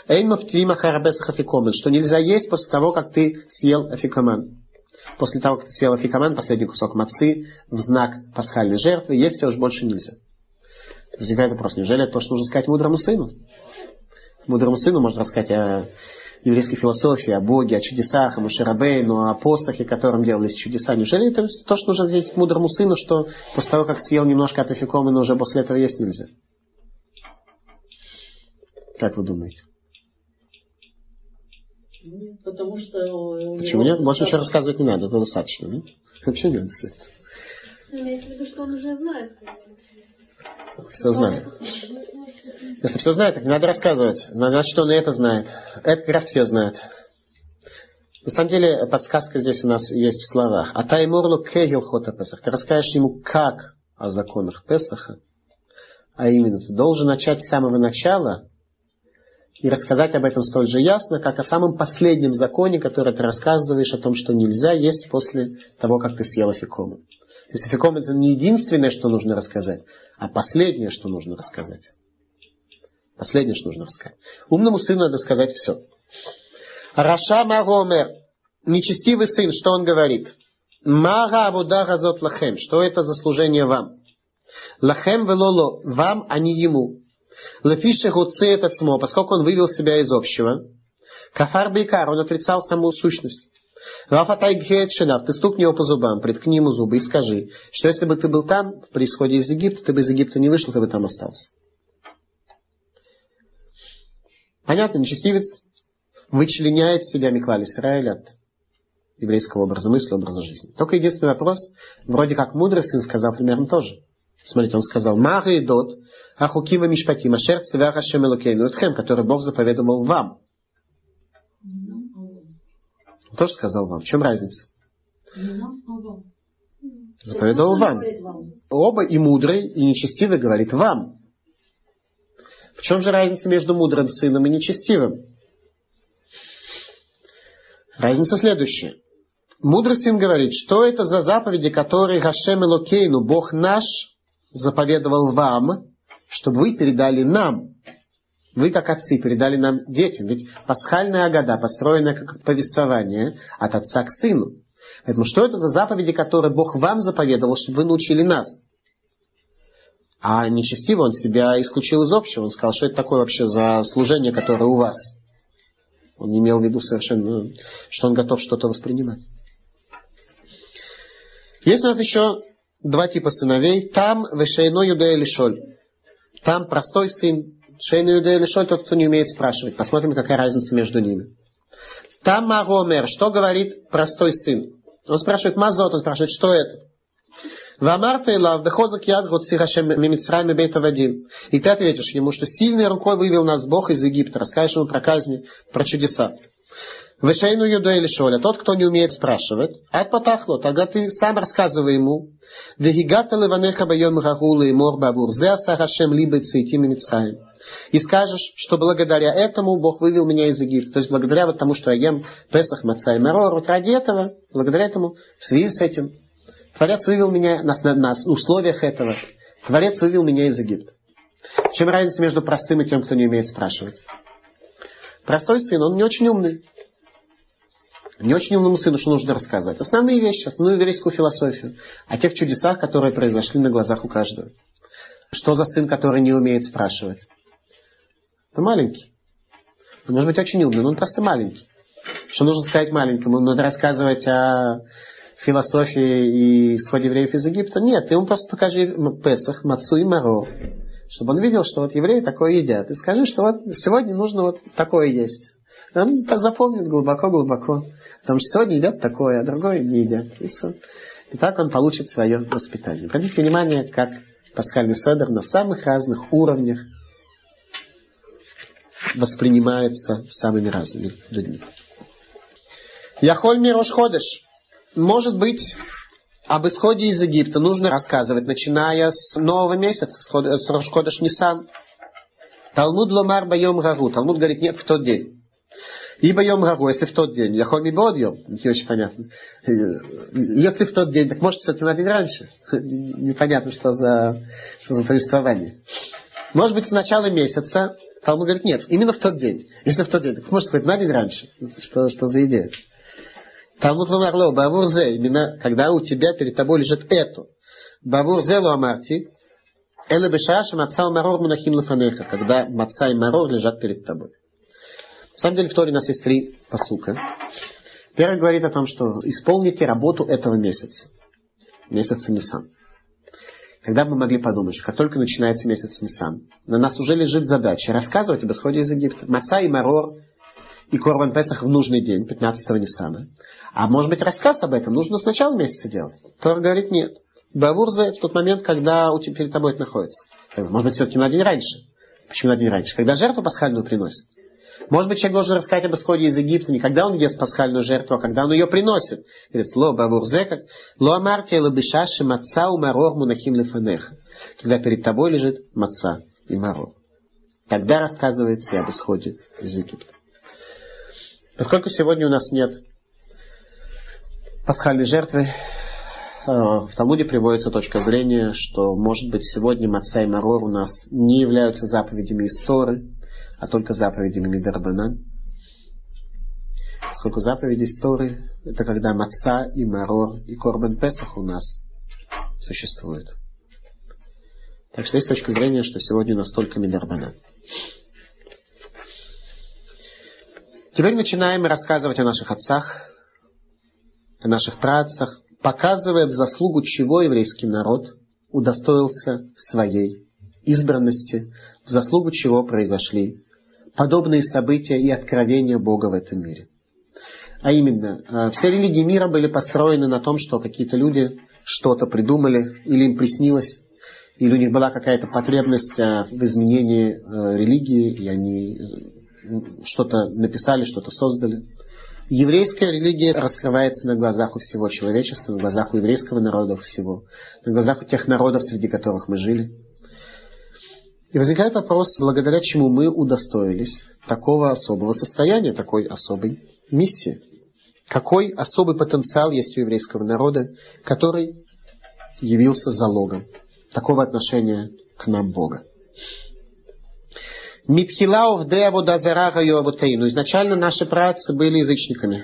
что нельзя есть после того, как ты съел афикаман. После того, как ты съел афикаман, последний кусок мацы, в знак пасхальной жертвы, есть уж больше нельзя. Возникает вопрос: неужели это то, что нужно сказать мудрому сыну? Мудрому сыну можно рассказать о еврейской философии, о Боге, о чудесах, о Моше Рабейну, о посохе, которым делались чудеса. Неужели это то, что нужно сказать мудрому сыну, что после того, как съел немножко от афикомена, уже после этого есть нельзя? Как вы думаете? Потому что... Почему нет? Больше ничего рассказывать не надо, это достаточно. Да? Вообще не надо. Имеется в виду, что он уже знает. Все знает. Если все знает, так не надо рассказывать. Значит, он и это знает. Это как раз все знают. На самом деле, подсказка здесь у нас есть в словах. Атай морлу кегил хота Песах. Ты расскажешь ему, как о законах Песаха. А именно, ты должен начать с самого начала и рассказать об этом столь же ясно, как о самом последнем законе, который ты рассказываешь о том, что нельзя есть после того, как ты съел афикома. То есть афиком — это не единственное, что нужно рассказать, а последнее, что нужно рассказать. Последнее, что нужно рассказать. Умному сыну надо сказать все. Раша Магомер, нечестивый сын, что он говорит? Мага абуда газот лахем. Что это за служение вам? Лахем велоло, вам, а не ему. Лефише гуце этот смо, поскольку он вывел себя из общего. Кафар бейкар, он отрицал саму сущность. Ты стукни его по зубам, приткни ему зубы и скажи, что если бы ты был там, при исходе из Египта, ты бы из Египта не вышел, ты бы там остался. Понятно, нечестивец вычленяет себя Миклаль Исраэль от еврейского образа мысли, образа жизни. Только единственный вопрос, вроде как мудрый сын сказал примерно тоже. Смотрите, он сказал, Мага и Дот, Ахукива Мишпати, Машер Цвях Ашем Элокейну Этхем, который Бог заповедовал вам. Он тоже сказал вам. В чем разница? Заповедовал вам. Оба, и мудрый, и нечестивый, говорит вам. В чем же разница между мудрым сыном и нечестивым? Разница следующая. Мудрый сын говорит, что это за заповеди, которые Хашем Элокейну, Бог наш, заповедовал вам, чтобы вы передали нам. Вы, как отцы, передали нам детям. Ведь пасхальная агада построена как повествование от отца к сыну. Поэтому что это за заповеди, которые Бог вам заповедовал, чтобы вы научили нас? А нечестиво он себя исключил из общего. Он сказал, что это такое вообще за служение, которое у вас. Он не имел в виду совершенно, что он готов что-то воспринимать. Есть у нас еще два типа сыновей. Там вешейно юдея лишоль. Там простой сын. Шейно юдея лишоль, тот, кто не умеет спрашивать. Посмотрим, какая разница между ними. Там маромер. Что говорит простой сын? Он спрашивает мазот, он спрашивает, что это? Вамарта илав бехозак яд гоци Хашем мимицраим бейт авадим. И ты ответишь ему, что сильной рукой вывел нас Бог из Египта. Расскажешь ему про казни, про чудеса. Вешейну юдея лишоль. Тот, кто не умеет спрашивать. Ад патахло. Тогда ты сам рассказывай ему. Вегигата леванеха байом рагула и мор бабур. Зе аса Хашем либо цейтим мимицраим. И скажешь, что благодаря этому Бог вывел меня из Египта. То есть благодаря вот тому, что я ем Песах, Маца и Марор. Вот ради этого, благодаря этому, в связи с этим, Творец вывел меня на, на, на условиях этого. Творец вывел меня из Египта. В чем разница между простым и тем, кто не умеет спрашивать? Простой сын, он не очень умный. Не очень умному сыну, что нужно рассказать. Основные вещи, основную еврейскую философию. О тех чудесах, которые произошли на глазах у каждого. Что за сын, который не умеет спрашивать? Это маленький. Он может быть очень умный, но он просто маленький. Что нужно сказать маленькому? Надо рассказывать о философии и исходе евреев из Египта? Нет, ты ему просто покажи Песах, Мацу и Марор. Чтобы он видел, что вот евреи такое едят. И скажи, что вот сегодня нужно вот такое есть. Он запомнит глубоко-глубоко. Потому что сегодня едят такое, а другое не едят. И, и так он получит свое воспитание. Обратите внимание, как пасхальный седер на самых разных уровнях воспринимается самыми разными людьми. Яхоль мирош ходеш. Может быть, об исходе из Египта нужно рассказывать, начиная с нового месяца, с Рош ходеш Нисан. Талмуд ломар байом рагу. Талмуд говорит, нет, в тот день. И байом рагу, если в тот день. Яхоль ми бодьем. Не очень понятно. Если в тот день, так может, кстати, на день раньше. Непонятно, что за, что за повествование. Может быть, с начала месяца. Талмуд говорит, нет, именно в тот день. Если в тот день, так может быть на день раньше. Что, что за идея? Талмуд ломарло, бавур зе, именно когда у тебя перед тобой лежит это. Бавур зе ло амарти, эле бешаша маца и марор мунахим лефанеха, когда маца и марор лежат перед тобой. На самом деле в Торе у нас есть три пасука. Первый говорит о том, что исполните работу этого месяца. Месяца Нисан. Когда бы мы могли подумать, что как только начинается месяц Нисан, на нас уже лежит задача рассказывать об исходе из Египта. Маца и марор и Корбан Песах в нужный день, пятнадцатого Нисана. А может быть, рассказ об этом нужно с начала месяца делать? Тор говорит, нет. Бавурзе в тот момент, когда у тебя перед тобой это находится. Может быть, все-таки на день раньше. Почему на день раньше? Когда жертву пасхальную приносит. Может быть, человек должен рассказать об исходе из Египта не когда он ест пасхальную жертву, а когда он ее приносит. Говорит, ло бавурзе, как ло амарти лабишаши маца у марор мунахим лефанеха. Когда перед тобой лежит маца и марор. Тогда рассказывается и об исходе из Египта. Поскольку сегодня у нас нет пасхальной жертвы, в Талмуде приводится точка зрения, что, может быть, сегодня маца и марор у нас не являются заповедями из Торы, а только заповедями мидрабанан. Поскольку заповеди из Торы — это когда маца и марор и корбан песах у нас существуют. Так что есть точка зрения, что сегодня у нас только мидрабанан. Теперь начинаем рассказывать о наших отцах, о наших праотцах, показывая, в заслугу чего еврейский народ удостоился своей избранности, в заслугу чего произошли подобные события и откровения Бога в этом мире. А именно, все религии мира были построены на том, что какие-то люди что-то придумали, или им приснилось, или у них была какая-то потребность в изменении религии, и они что-то написали, что-то создали. Еврейская религия раскрывается на глазах у всего человечества, на глазах у еврейского народа всего, на глазах у тех народов, среди которых мы жили. И возникает вопрос, благодаря чему мы удостоились такого особого состояния, такой особой миссии. Какой особый потенциал есть у еврейского народа, который явился залогом такого отношения к нам Бога. Изначально наши праотцы были язычниками.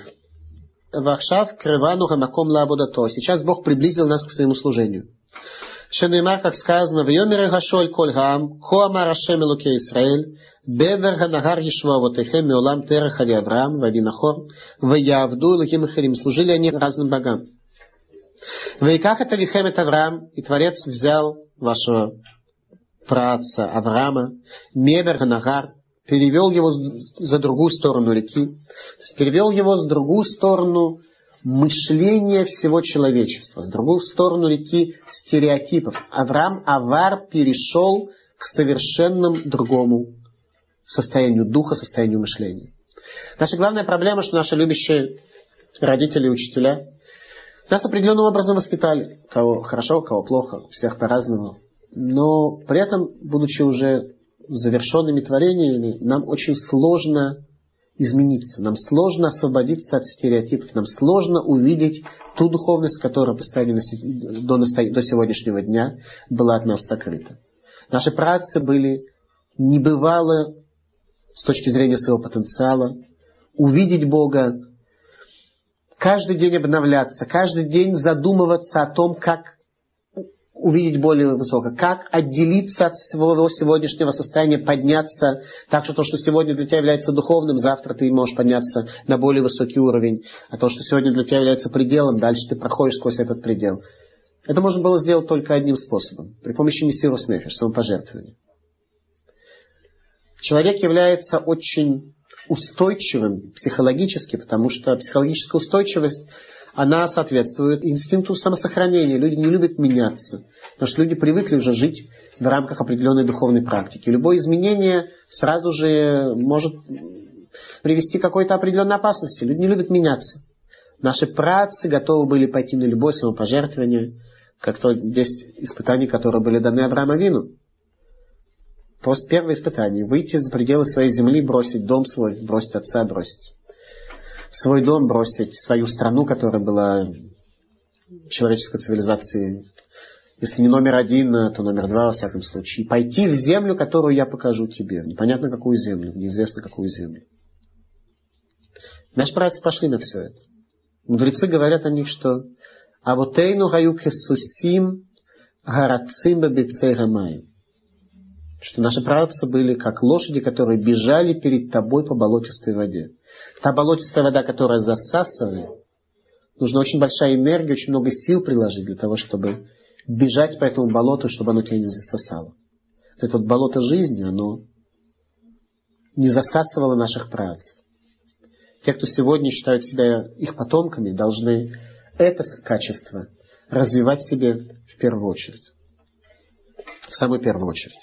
Сейчас Бог приблизил нас к своему служению. Шенеймар, как сказано, «Вьомер гашоль коль гаам, ко амар Ашем Элокей Исраэль, бевер ганагар ешва авотейхем меолам терех ави Авраам, вави Нахор, ваявду Элоким Ахарим». Служили они разным богам. «Ваиках это вихем это Авраам», и Творец взял вашего праотца Авраама, мевер ганагар, перевел его за другую сторону реки, то есть перевел его с другую сторону мышления всего человечества, с другую сторону реки стереотипов. Авраам Авар перешел к совершенно другому состоянию духа, состоянию мышления. Наша главная проблема, что наши любящие родители и учителя нас определенным образом воспитали. Кого хорошо, кого плохо, всех по-разному. Но при этом, будучи уже завершенными творениями, нам очень сложно измениться. Нам сложно освободиться от стереотипов. Нам сложно увидеть ту духовность, которая постоянно до, до сегодняшнего дня была от нас сокрыта. Наши праотцы были небывало, с точки зрения своего потенциала, увидеть Бога, каждый день обновляться, каждый день задумываться о том, как увидеть более высоко, как отделиться от своего сегодняшнего состояния, подняться, так что то, что сегодня для тебя является духовным, завтра ты можешь подняться на более высокий уровень, а то, что сегодня для тебя является пределом, дальше ты проходишь сквозь этот предел. Это можно было сделать только одним способом, при помощи мессирус нефеш, самопожертвования. Человек является очень устойчивым психологически, потому что психологическая устойчивость, она соответствует инстинкту самосохранения. Люди не любят меняться, потому что люди привыкли уже жить в рамках определенной духовной практики. Любое изменение сразу же может привести к какой-то определенной опасности. Люди не любят меняться. Наши праотцы готовы были пойти на любое самопожертвование, как то десять испытаний, которые были даны Аврааму Авину. Просто первое испытание. Выйти за пределы своей земли, бросить дом свой, бросить отца, бросить свой дом, бросить свою страну, которая была человеческой цивилизацией. Если не номер один, то номер два, во всяком случае. И пойти в землю, которую я покажу тебе. Непонятно, какую землю, неизвестно, какую землю. Наши братья пошли на все это. Мудрецы говорят о них, что «Авотейну гаю кесусим гарацим бабицей гамаю». Что наши праотцы были как лошади, которые бежали перед тобой по болотистой воде. Та болотистая вода, которая засасывает, нужна очень большая энергия, очень много сил приложить для того, чтобы бежать по этому болоту, чтобы оно тебя не засосало. Вот это вот болото жизни, оно не засасывало наших праотцев. Те, кто сегодня считают себя их потомками, должны это качество развивать в себе в первую очередь. В самую первую очередь.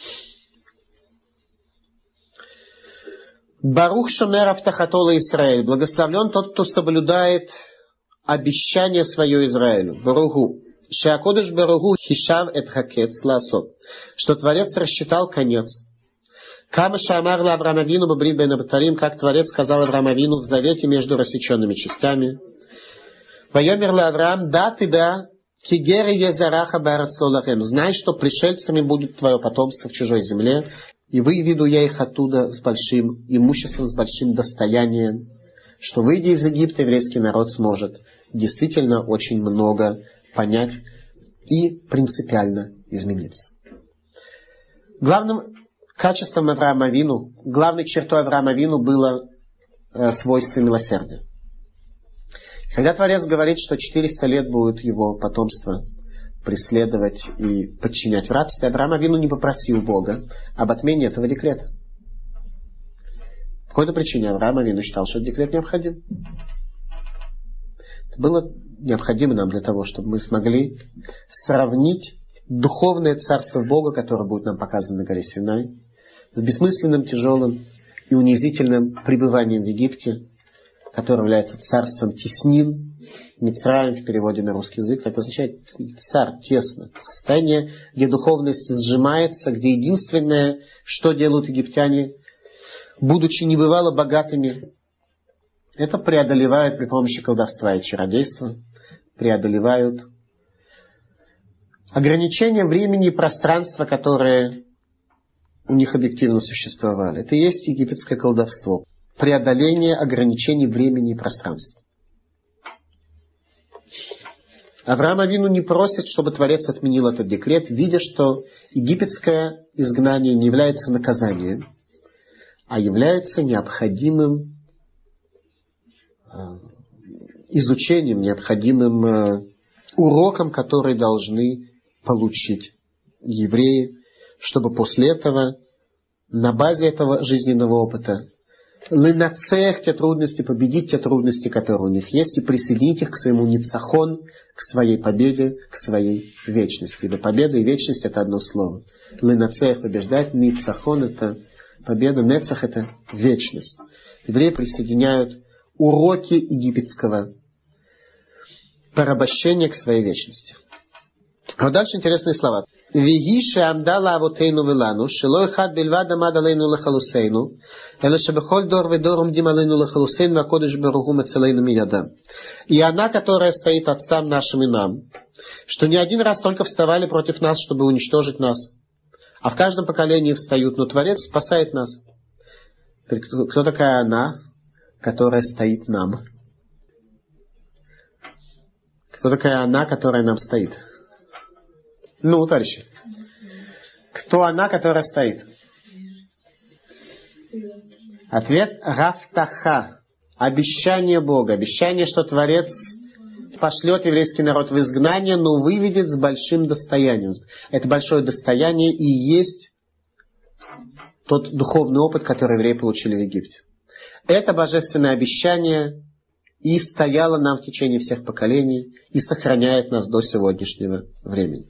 Барух шомер автахатола Исраэль. Благословлен тот, кто соблюдает обещание свое Израилю. Баругу. Шеакодыш баругу хишав эт хакец ласот. Что Творец рассчитал конец. Кама шамар ла Авраам Авину бабрит бен абатарим, как Творец сказал Аврааму Авину в завете между рассеченными частями. Вайомер ла Авраам, да ты да, кигери езараха барац лолахем. Знай, что пришельцами будет твое потомство в чужой земле, и выведу я их оттуда с большим имуществом, с большим достоянием, что, выйдя из Египта, еврейский народ сможет действительно очень много понять и принципиально измениться. Главным качеством Авраама Авину, главной чертой Авраама Авину было э, свойство милосердия. Когда Творец говорит, что четыреста лет будет его потомство преследовать и подчинять в рабстве, Авраам Авину не попросил Бога об отмене этого декрета. По какой-то причине Авраам Авину считал, что этот декрет необходим. Это было необходимо нам для того, чтобы мы смогли сравнить духовное царство Бога, которое будет нам показано на горе Синай, с бессмысленным, тяжелым и унизительным пребыванием в Египте, которое является царством теснин, Мицраим в переводе на русский язык, это означает царь, тесно. Состояние, где духовность сжимается, где единственное, что делают египтяне, будучи небывало богатыми, это преодолевают при помощи колдовства и чародейства, преодолевают ограничения времени и пространства, которые у них объективно существовали. Это и есть египетское колдовство. Преодоление ограничений времени и пространства. Авраам Авину не просит, чтобы Творец отменил этот декрет, видя, что египетское изгнание не является наказанием, а является необходимым изучением, необходимым уроком, который должны получить евреи, чтобы после этого, на базе этого жизненного опыта, лынацех те трудности, победить те трудности, которые у них есть, и присоединить их к своему ницахон, к своей победе, к своей вечности. Ибо победа и вечность — это одно слово. Лынацех — побеждать, ницахон — это победа, нецах — это вечность. Евреи присоединяют уроки египетского порабощения к своей вечности. А вот дальше интересные слова. «Виги шеамдала авотейну велану, шелой хад бельвада мадалейну лахалусейну, эле шебехоль дор ведор умдим алейну лахалусейну, а кодыш беругу мецелейну мияда». И она, которая стоит отцам нашим и нам, что не один раз только вставали против нас, чтобы уничтожить нас, а в каждом поколении встают, но Творец спасает нас. Кто, кто такая она, которая стоит нам? Кто такая она, которая нам стоит? Ну, товарищи. Кто она, которая стоит? Ответ — Рафтаха. Обещание Бога. Обещание, что Творец пошлет еврейский народ в изгнание, но выведет с большим достоянием. Это большое достояние и есть тот духовный опыт, который евреи получили в Египте. Это божественное обещание и стояло нам в течение всех поколений и сохраняет нас до сегодняшнего времени.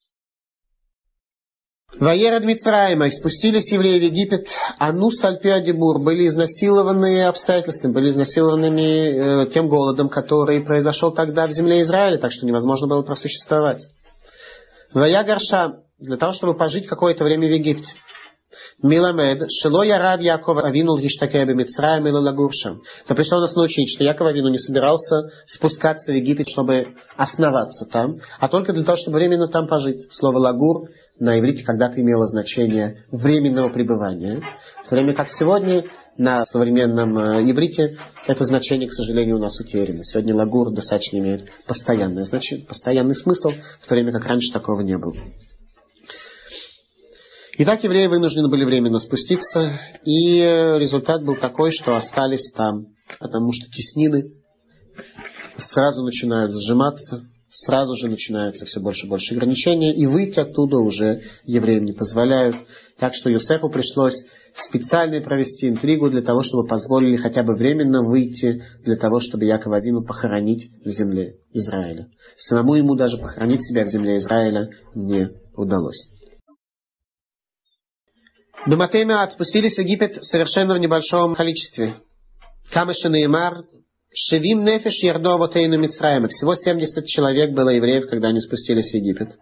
Ваерад Мицраима, спустились евреи в Египет, Ану Сальпи Адибур, были изнасилованы обстоятельствами, были изнасилованными э, тем голодом, который произошел тогда в земле Израиля, так что невозможно было просуществовать. Вая Гарша, для того, чтобы пожить какое-то время в Египте. Миламед, Шило Ярад Яков Авину Гиштакеби Мицраим или Лагуршам. Это пришло нас научить, что Яков Авину не собирался спускаться в Египет, чтобы основаться там, а только для того, чтобы временно там пожить. Слово Лагур на иврите когда-то имело значение временного пребывания, в то время как сегодня на современном иврите это значение, к сожалению, у нас утеряно. Сегодня лагур достаточно имеет постоянное значение, постоянный смысл, в то время как раньше такого не было. Итак, евреи вынуждены были временно спуститься, и результат был такой, что остались там, потому что теснины сразу начинают сжиматься, сразу же начинаются все больше и больше ограничения, и выйти оттуда уже евреям не позволяют. Так что Йосефу пришлось специально провести интригу для того, чтобы позволили хотя бы временно выйти, для того, чтобы Якова Авину похоронить в земле Израиля. Самому ему даже похоронить себя в земле Израиля не удалось. Бематемиат спустились в Египет совершенно в небольшом количестве. Камыша Неймар, Шевим Нефеш Ярдо Авотейну Мицраима. Всего семьдесят человек было евреев, когда они спустились в Египет.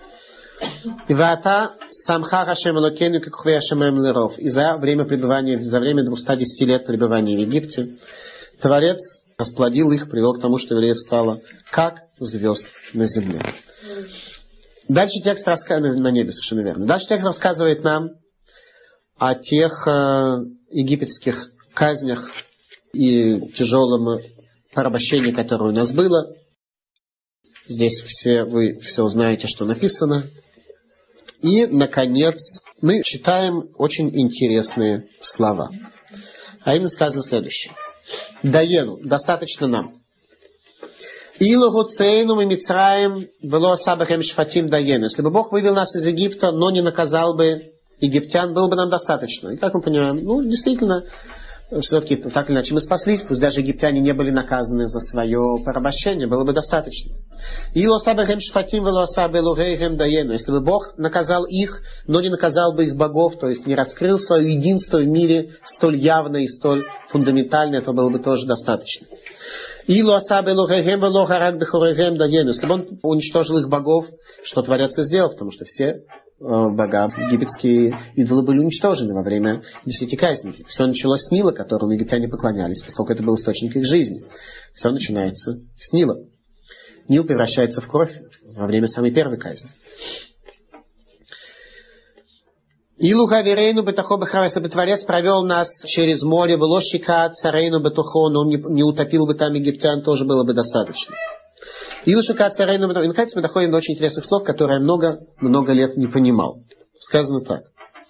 Ваата Самха Хашем Элокейну Кекхве Ашемем Леров. И за время пребывания, за время двухсот десяти лет пребывания в Египте, Творец расплодил их, привел к тому, что евреев стало как звезд на земле. Дальше текст рассказывает, на небе совершенно верно. Дальше текст рассказывает нам о тех э, египетских казнях и тяжелом порабощении, которое у нас было. Здесь все вы все узнаете, что написано. И, наконец, мы читаем очень интересные слова. А именно сказано следующее. Даену, достаточно нам. Илу гуцейну ми Мицраим вело асабахем шфатим даену. Если бы Бог вывел нас из Египта, но не наказал бы египтян, было бы нам достаточно. И как мы понимаем, ну, действительно, все-таки так или иначе мы спаслись, пусть даже египтяне не были наказаны за свое порабощение, было бы достаточно. Если бы Бог наказал их, но не наказал бы их богов, то есть не раскрыл свое единство в мире столь явно и столь фундаментально, этого было бы тоже достаточно. Если бы он уничтожил их богов, что Творец и сделал, потому что все бога, египетские идолы были уничтожены во время десяти казней. Все началось с Нила, которому египтяне поклонялись, поскольку это был источник их жизни. Все начинается с Нила. Нил превращается в кровь во время самой первой казни. Илуха верейну бетахо бехара, если бы Творец провел нас через море, было щека царейну бетухо, но он не, не утопил бы там египтян, тоже было бы достаточно. Илушика царейну бетухо. И наконец мы доходим до очень интересных слов, которые я много-много лет не понимал. Сказано так.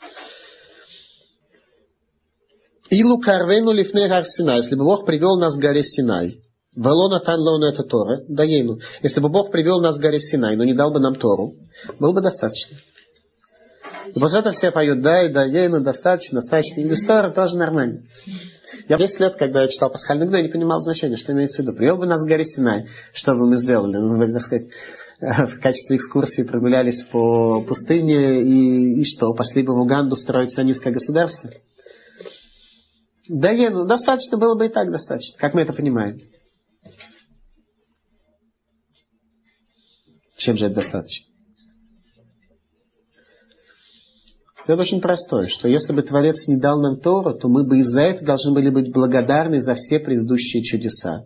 Илу карвену лифней гар Синай, если бы Бог привел нас к горе Синай. Валона тан лона это Тора, даейну. Если бы Бог привел нас к горе Синай, но не дал бы нам Тору, было бы достаточно. И после этого все поют, дай, даейну, достаточно, достаточно. И без Торы тоже нормально. Я десять лет, когда я читал пасхальную гду, я не понимал значения, что имеется в виду. Привел бы нас к горе Синай, что бы мы сделали? Мы бы, так сказать, в качестве экскурсии прогулялись по пустыне и, и что, пошли бы в Уганду строить сионистское государство? Даейну, достаточно было бы и так достаточно. Как мы это понимаем? Чем же это достаточно? Это очень простое, что если бы Творец не дал нам Тору, то мы бы из-за этого должны были быть благодарны за все предыдущие чудеса.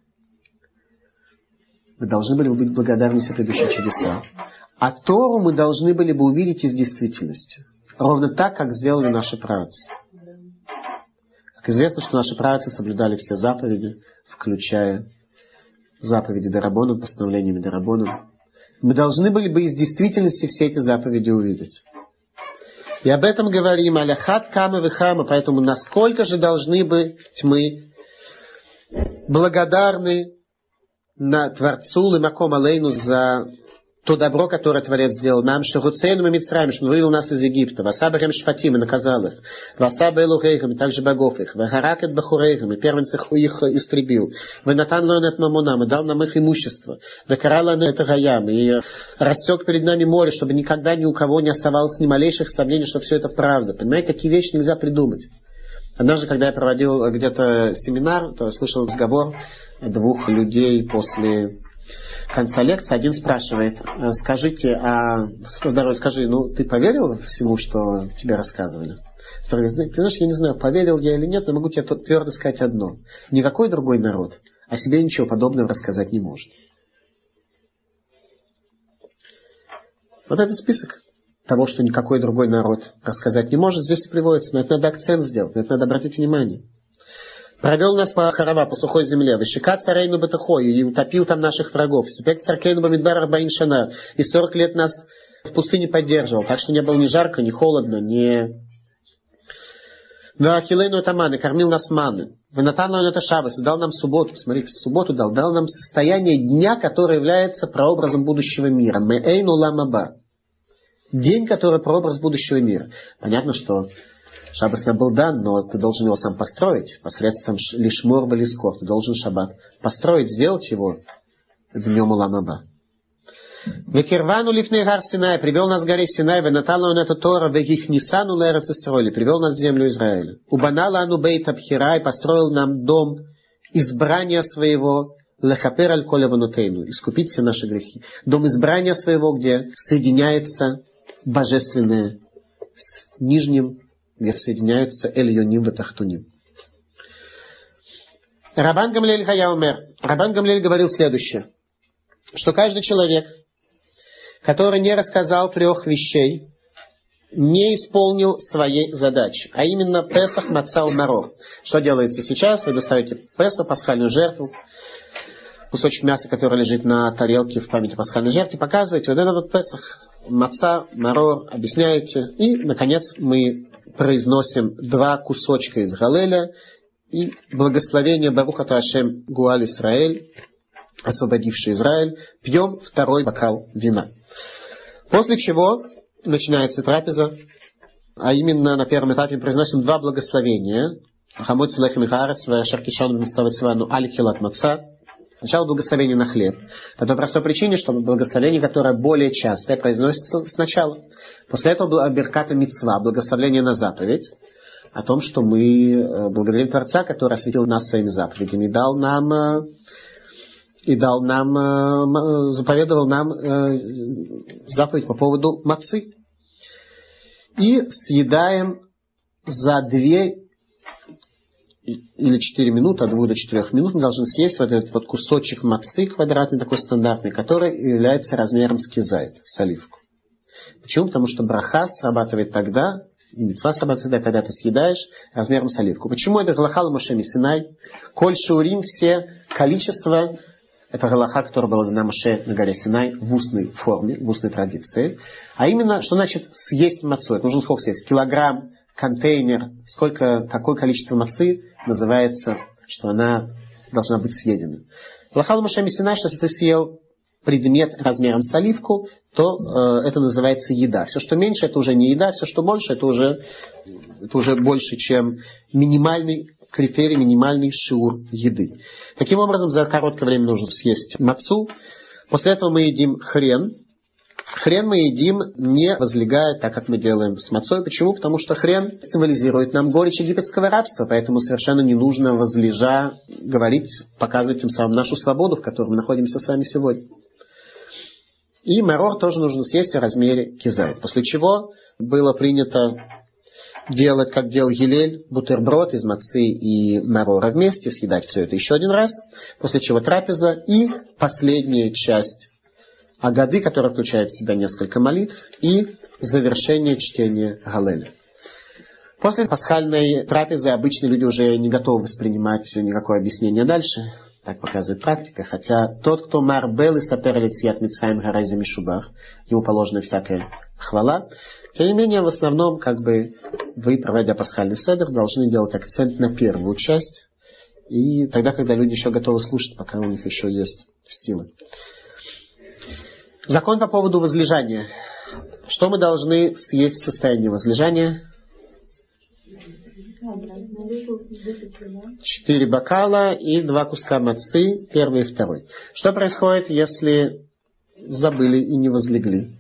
Мы должны были бы быть благодарны за предыдущие чудеса. А Тору мы должны были бы увидеть из действительности. Ровно так, как сделали наши праотцы. Как известно, что наши праотцы соблюдали все заповеди, включая заповеди Дарабону, постановлениями Дарабону. Мы должны были бы из действительности все эти заповеди увидеть. И об этом говорим, аляхат кама вихама, поэтому насколько же должны быть мы благодарны на Творцу Лемаком Алейну за то добро, которое Творец сделал нам, что Гуцейну Мицраим, что он вывел нас из Египта, Васабахем Шфатим и наказал их, Васаба Элухейхам, и также богов их, Вагаракет Бахурейхам, и первенцах их истребил, Ванатан Лойнет Мамунам, и дал нам их имущество, Вакарала Нет Гаям, и рассек перед нами море, чтобы никогда ни у кого не оставалось ни малейших сомнений, что все это правда. Понимаете, такие вещи нельзя придумать. Однажды, когда я проводил где-то семинар, то я слышал разговор двух людей после конца лекции. Один спрашивает, скажите, а второй, скажи, ну ты поверил всему, что тебе рассказывали? Второй говорит, ты знаешь, я не знаю, поверил я или нет, но могу тебе твердо сказать одно. Никакой другой народ о себе ничего подобного рассказать не может. Вот этот список того, что никакой другой народ рассказать не может, здесь и приводится. На это надо акцент сделать, на это надо обратить внимание. Провел нас по Харава, по сухой земле, вышика царейну бетахой, и утопил там наших врагов. Сипек царкейну бамидбар арбаин шана, и сорок лет нас в пустыне поддерживал, так что не было ни жарко, ни холодно, ни... Вахилейну это маны, кормил нас маны. Ванатанлану это шаббас, дал нам субботу, посмотрите, субботу дал, дал нам состояние дня, которое является прообразом будущего мира. Мэйну ламаба. День, который прообраз будущего мира. Понятно, что шаббат нам был дан, но ты должен его сам построить. Посредством лишмор балискор. Ты должен шаббат построить, сделать его днем уламаба. Векирвану лифней гар Синай, привел нас к горе Синай, венатал он это Тора, вегихнисану лэрец Исроили, привел нас в землю Израиля. Убанала ану бейт абхирай, построил нам дом избрания своего, лехапер аль коля ванутейну, искупить все наши грехи. Дом избрания своего, где соединяется божественное с нижним, где соединяются эль-йоним ватахтуним. Рабан Гамлиэль Хаяумер. Рабан Гамлиэль говорил следующее, что каждый человек, который не рассказал трех вещей, не исполнил своей задачи, а именно Песах, Маца, Марор. Что делается сейчас? Вы достаете Песах, пасхальную жертву, кусочек мяса, который лежит на тарелке в память о пасхальной жертве, показываете, вот это вот Песах, Маца, Марор, объясняете, и, наконец, мы произносим два кусочка из Галеля и благословение Барух ата Ашем Гуаль Исраэль, освободивший Израиль, пьем второй бокал вина. После чего начинается трапеза, а именно на первом этапе произносим два благословения, Хамоц лехем хаарец, шаркишон бенставацивану аль-хилат маца. Сначала благословение на хлеб. По той простой причине, что благословение, которое более частое, произносится сначала. После этого было берката мицва, благословение на заповедь. О том, что мы благодарим Творца, который осветил нас своими заповедями, и дал нам, и дал нам, заповедовал нам заповедь по поводу мацы. И съедаем за две или четыре минуты, от двух до четырех минут мы должны съесть вот этот вот кусочек мацы, квадратный такой стандартный, который является размером с кизайт, с оливку. Почему? Потому что браха срабатывает тогда, и мицва срабатывает тогда, когда ты съедаешь размером с оливку. Почему это галаха Моше Синай? Коль шаурим, все количество, это галаха, которая была дана Моше на горе Синай в устной форме, в устной традиции. А именно, что значит съесть мацу? Это нужно сколько съесть? Килограмм, контейнер, сколько, какое количество мацы называется, что она должна быть съедена. Галаха Моше Синай, что если ты съел предмет размером с оливку, то э, это называется еда. Все, что меньше, это уже не еда, все, что больше, это уже, это уже больше, чем минимальный критерий, минимальный шиур еды. Таким образом, за короткое время нужно съесть мацу. После этого мы едим хрен. Хрен мы едим, не возлегая, так как мы делаем с мацой. Почему? Потому что хрен символизирует нам горечь египетского рабства, поэтому совершенно не нужно возлежа говорить, показывать тем самым нашу свободу, в которой мы находимся с вами сегодня. И марор тоже нужно съесть в размере кизайт. После чего было принято делать, как делал Гилель, бутерброд из мацы и марора вместе, съедать все это еще один раз, после чего трапеза и последняя часть агады, которая включает в себя несколько молитв, и завершение чтения Галеля. После пасхальной трапезы обычно люди уже не готовы воспринимать никакое объяснение дальше. Так показывает практика. Хотя тот, кто марбел и саперлиц яд митсраим гарайза мишубах, ему положена всякая хвала. Тем не менее, в основном, как бы, вы, проводя пасхальный седер, должны делать акцент на первую часть. И тогда, когда люди еще готовы слушать, пока у них еще есть силы. Закон по поводу возлежания. Что мы должны съесть в состоянии возлежания? Четыре бокала и два куска мацы, первый и второй. Что происходит, если забыли и не возлегли?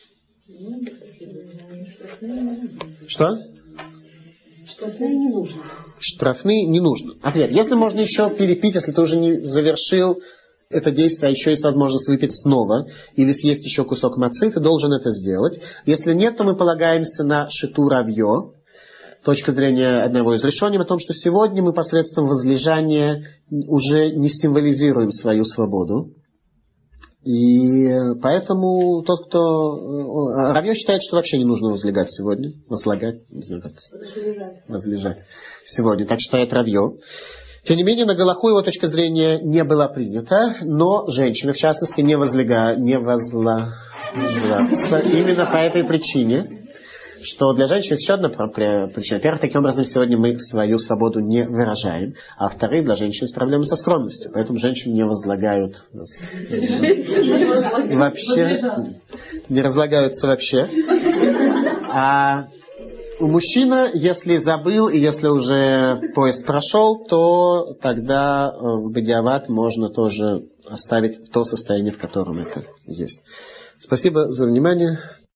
Что? Штрафные не нужно. Штрафные не нужно. Ответ. Если можно еще перепить, если ты уже не завершил это действие, а еще есть возможность выпить снова или съесть еще кусок мацы, ты должен это сделать. Если нет, то мы полагаемся на шиту равье. Точка зрения одного из решений о том, что сегодня мы посредством возлежания уже не символизируем свою свободу. И поэтому тот, кто... Равье считает, что вообще не нужно возлегать сегодня. Возлагать, не знаю, как это... Возлежать сегодня. Так считает Равье. Тем не менее, на галаху его точка зрения не была принята, но женщины, в частности, не возлега, не возлагаются именно по этой причине, что для женщин еще одна причина. Во-первых, таким образом, сегодня мы свою свободу не выражаем, а во-вторых, для женщин есть проблемы со скромностью, поэтому женщины не возлагают вообще, не разлагаются вообще. А у мужчины, если забыл и если уже поезд прошел, то тогда бадиават можно тоже оставить в то состояние, в котором это есть. Спасибо за внимание.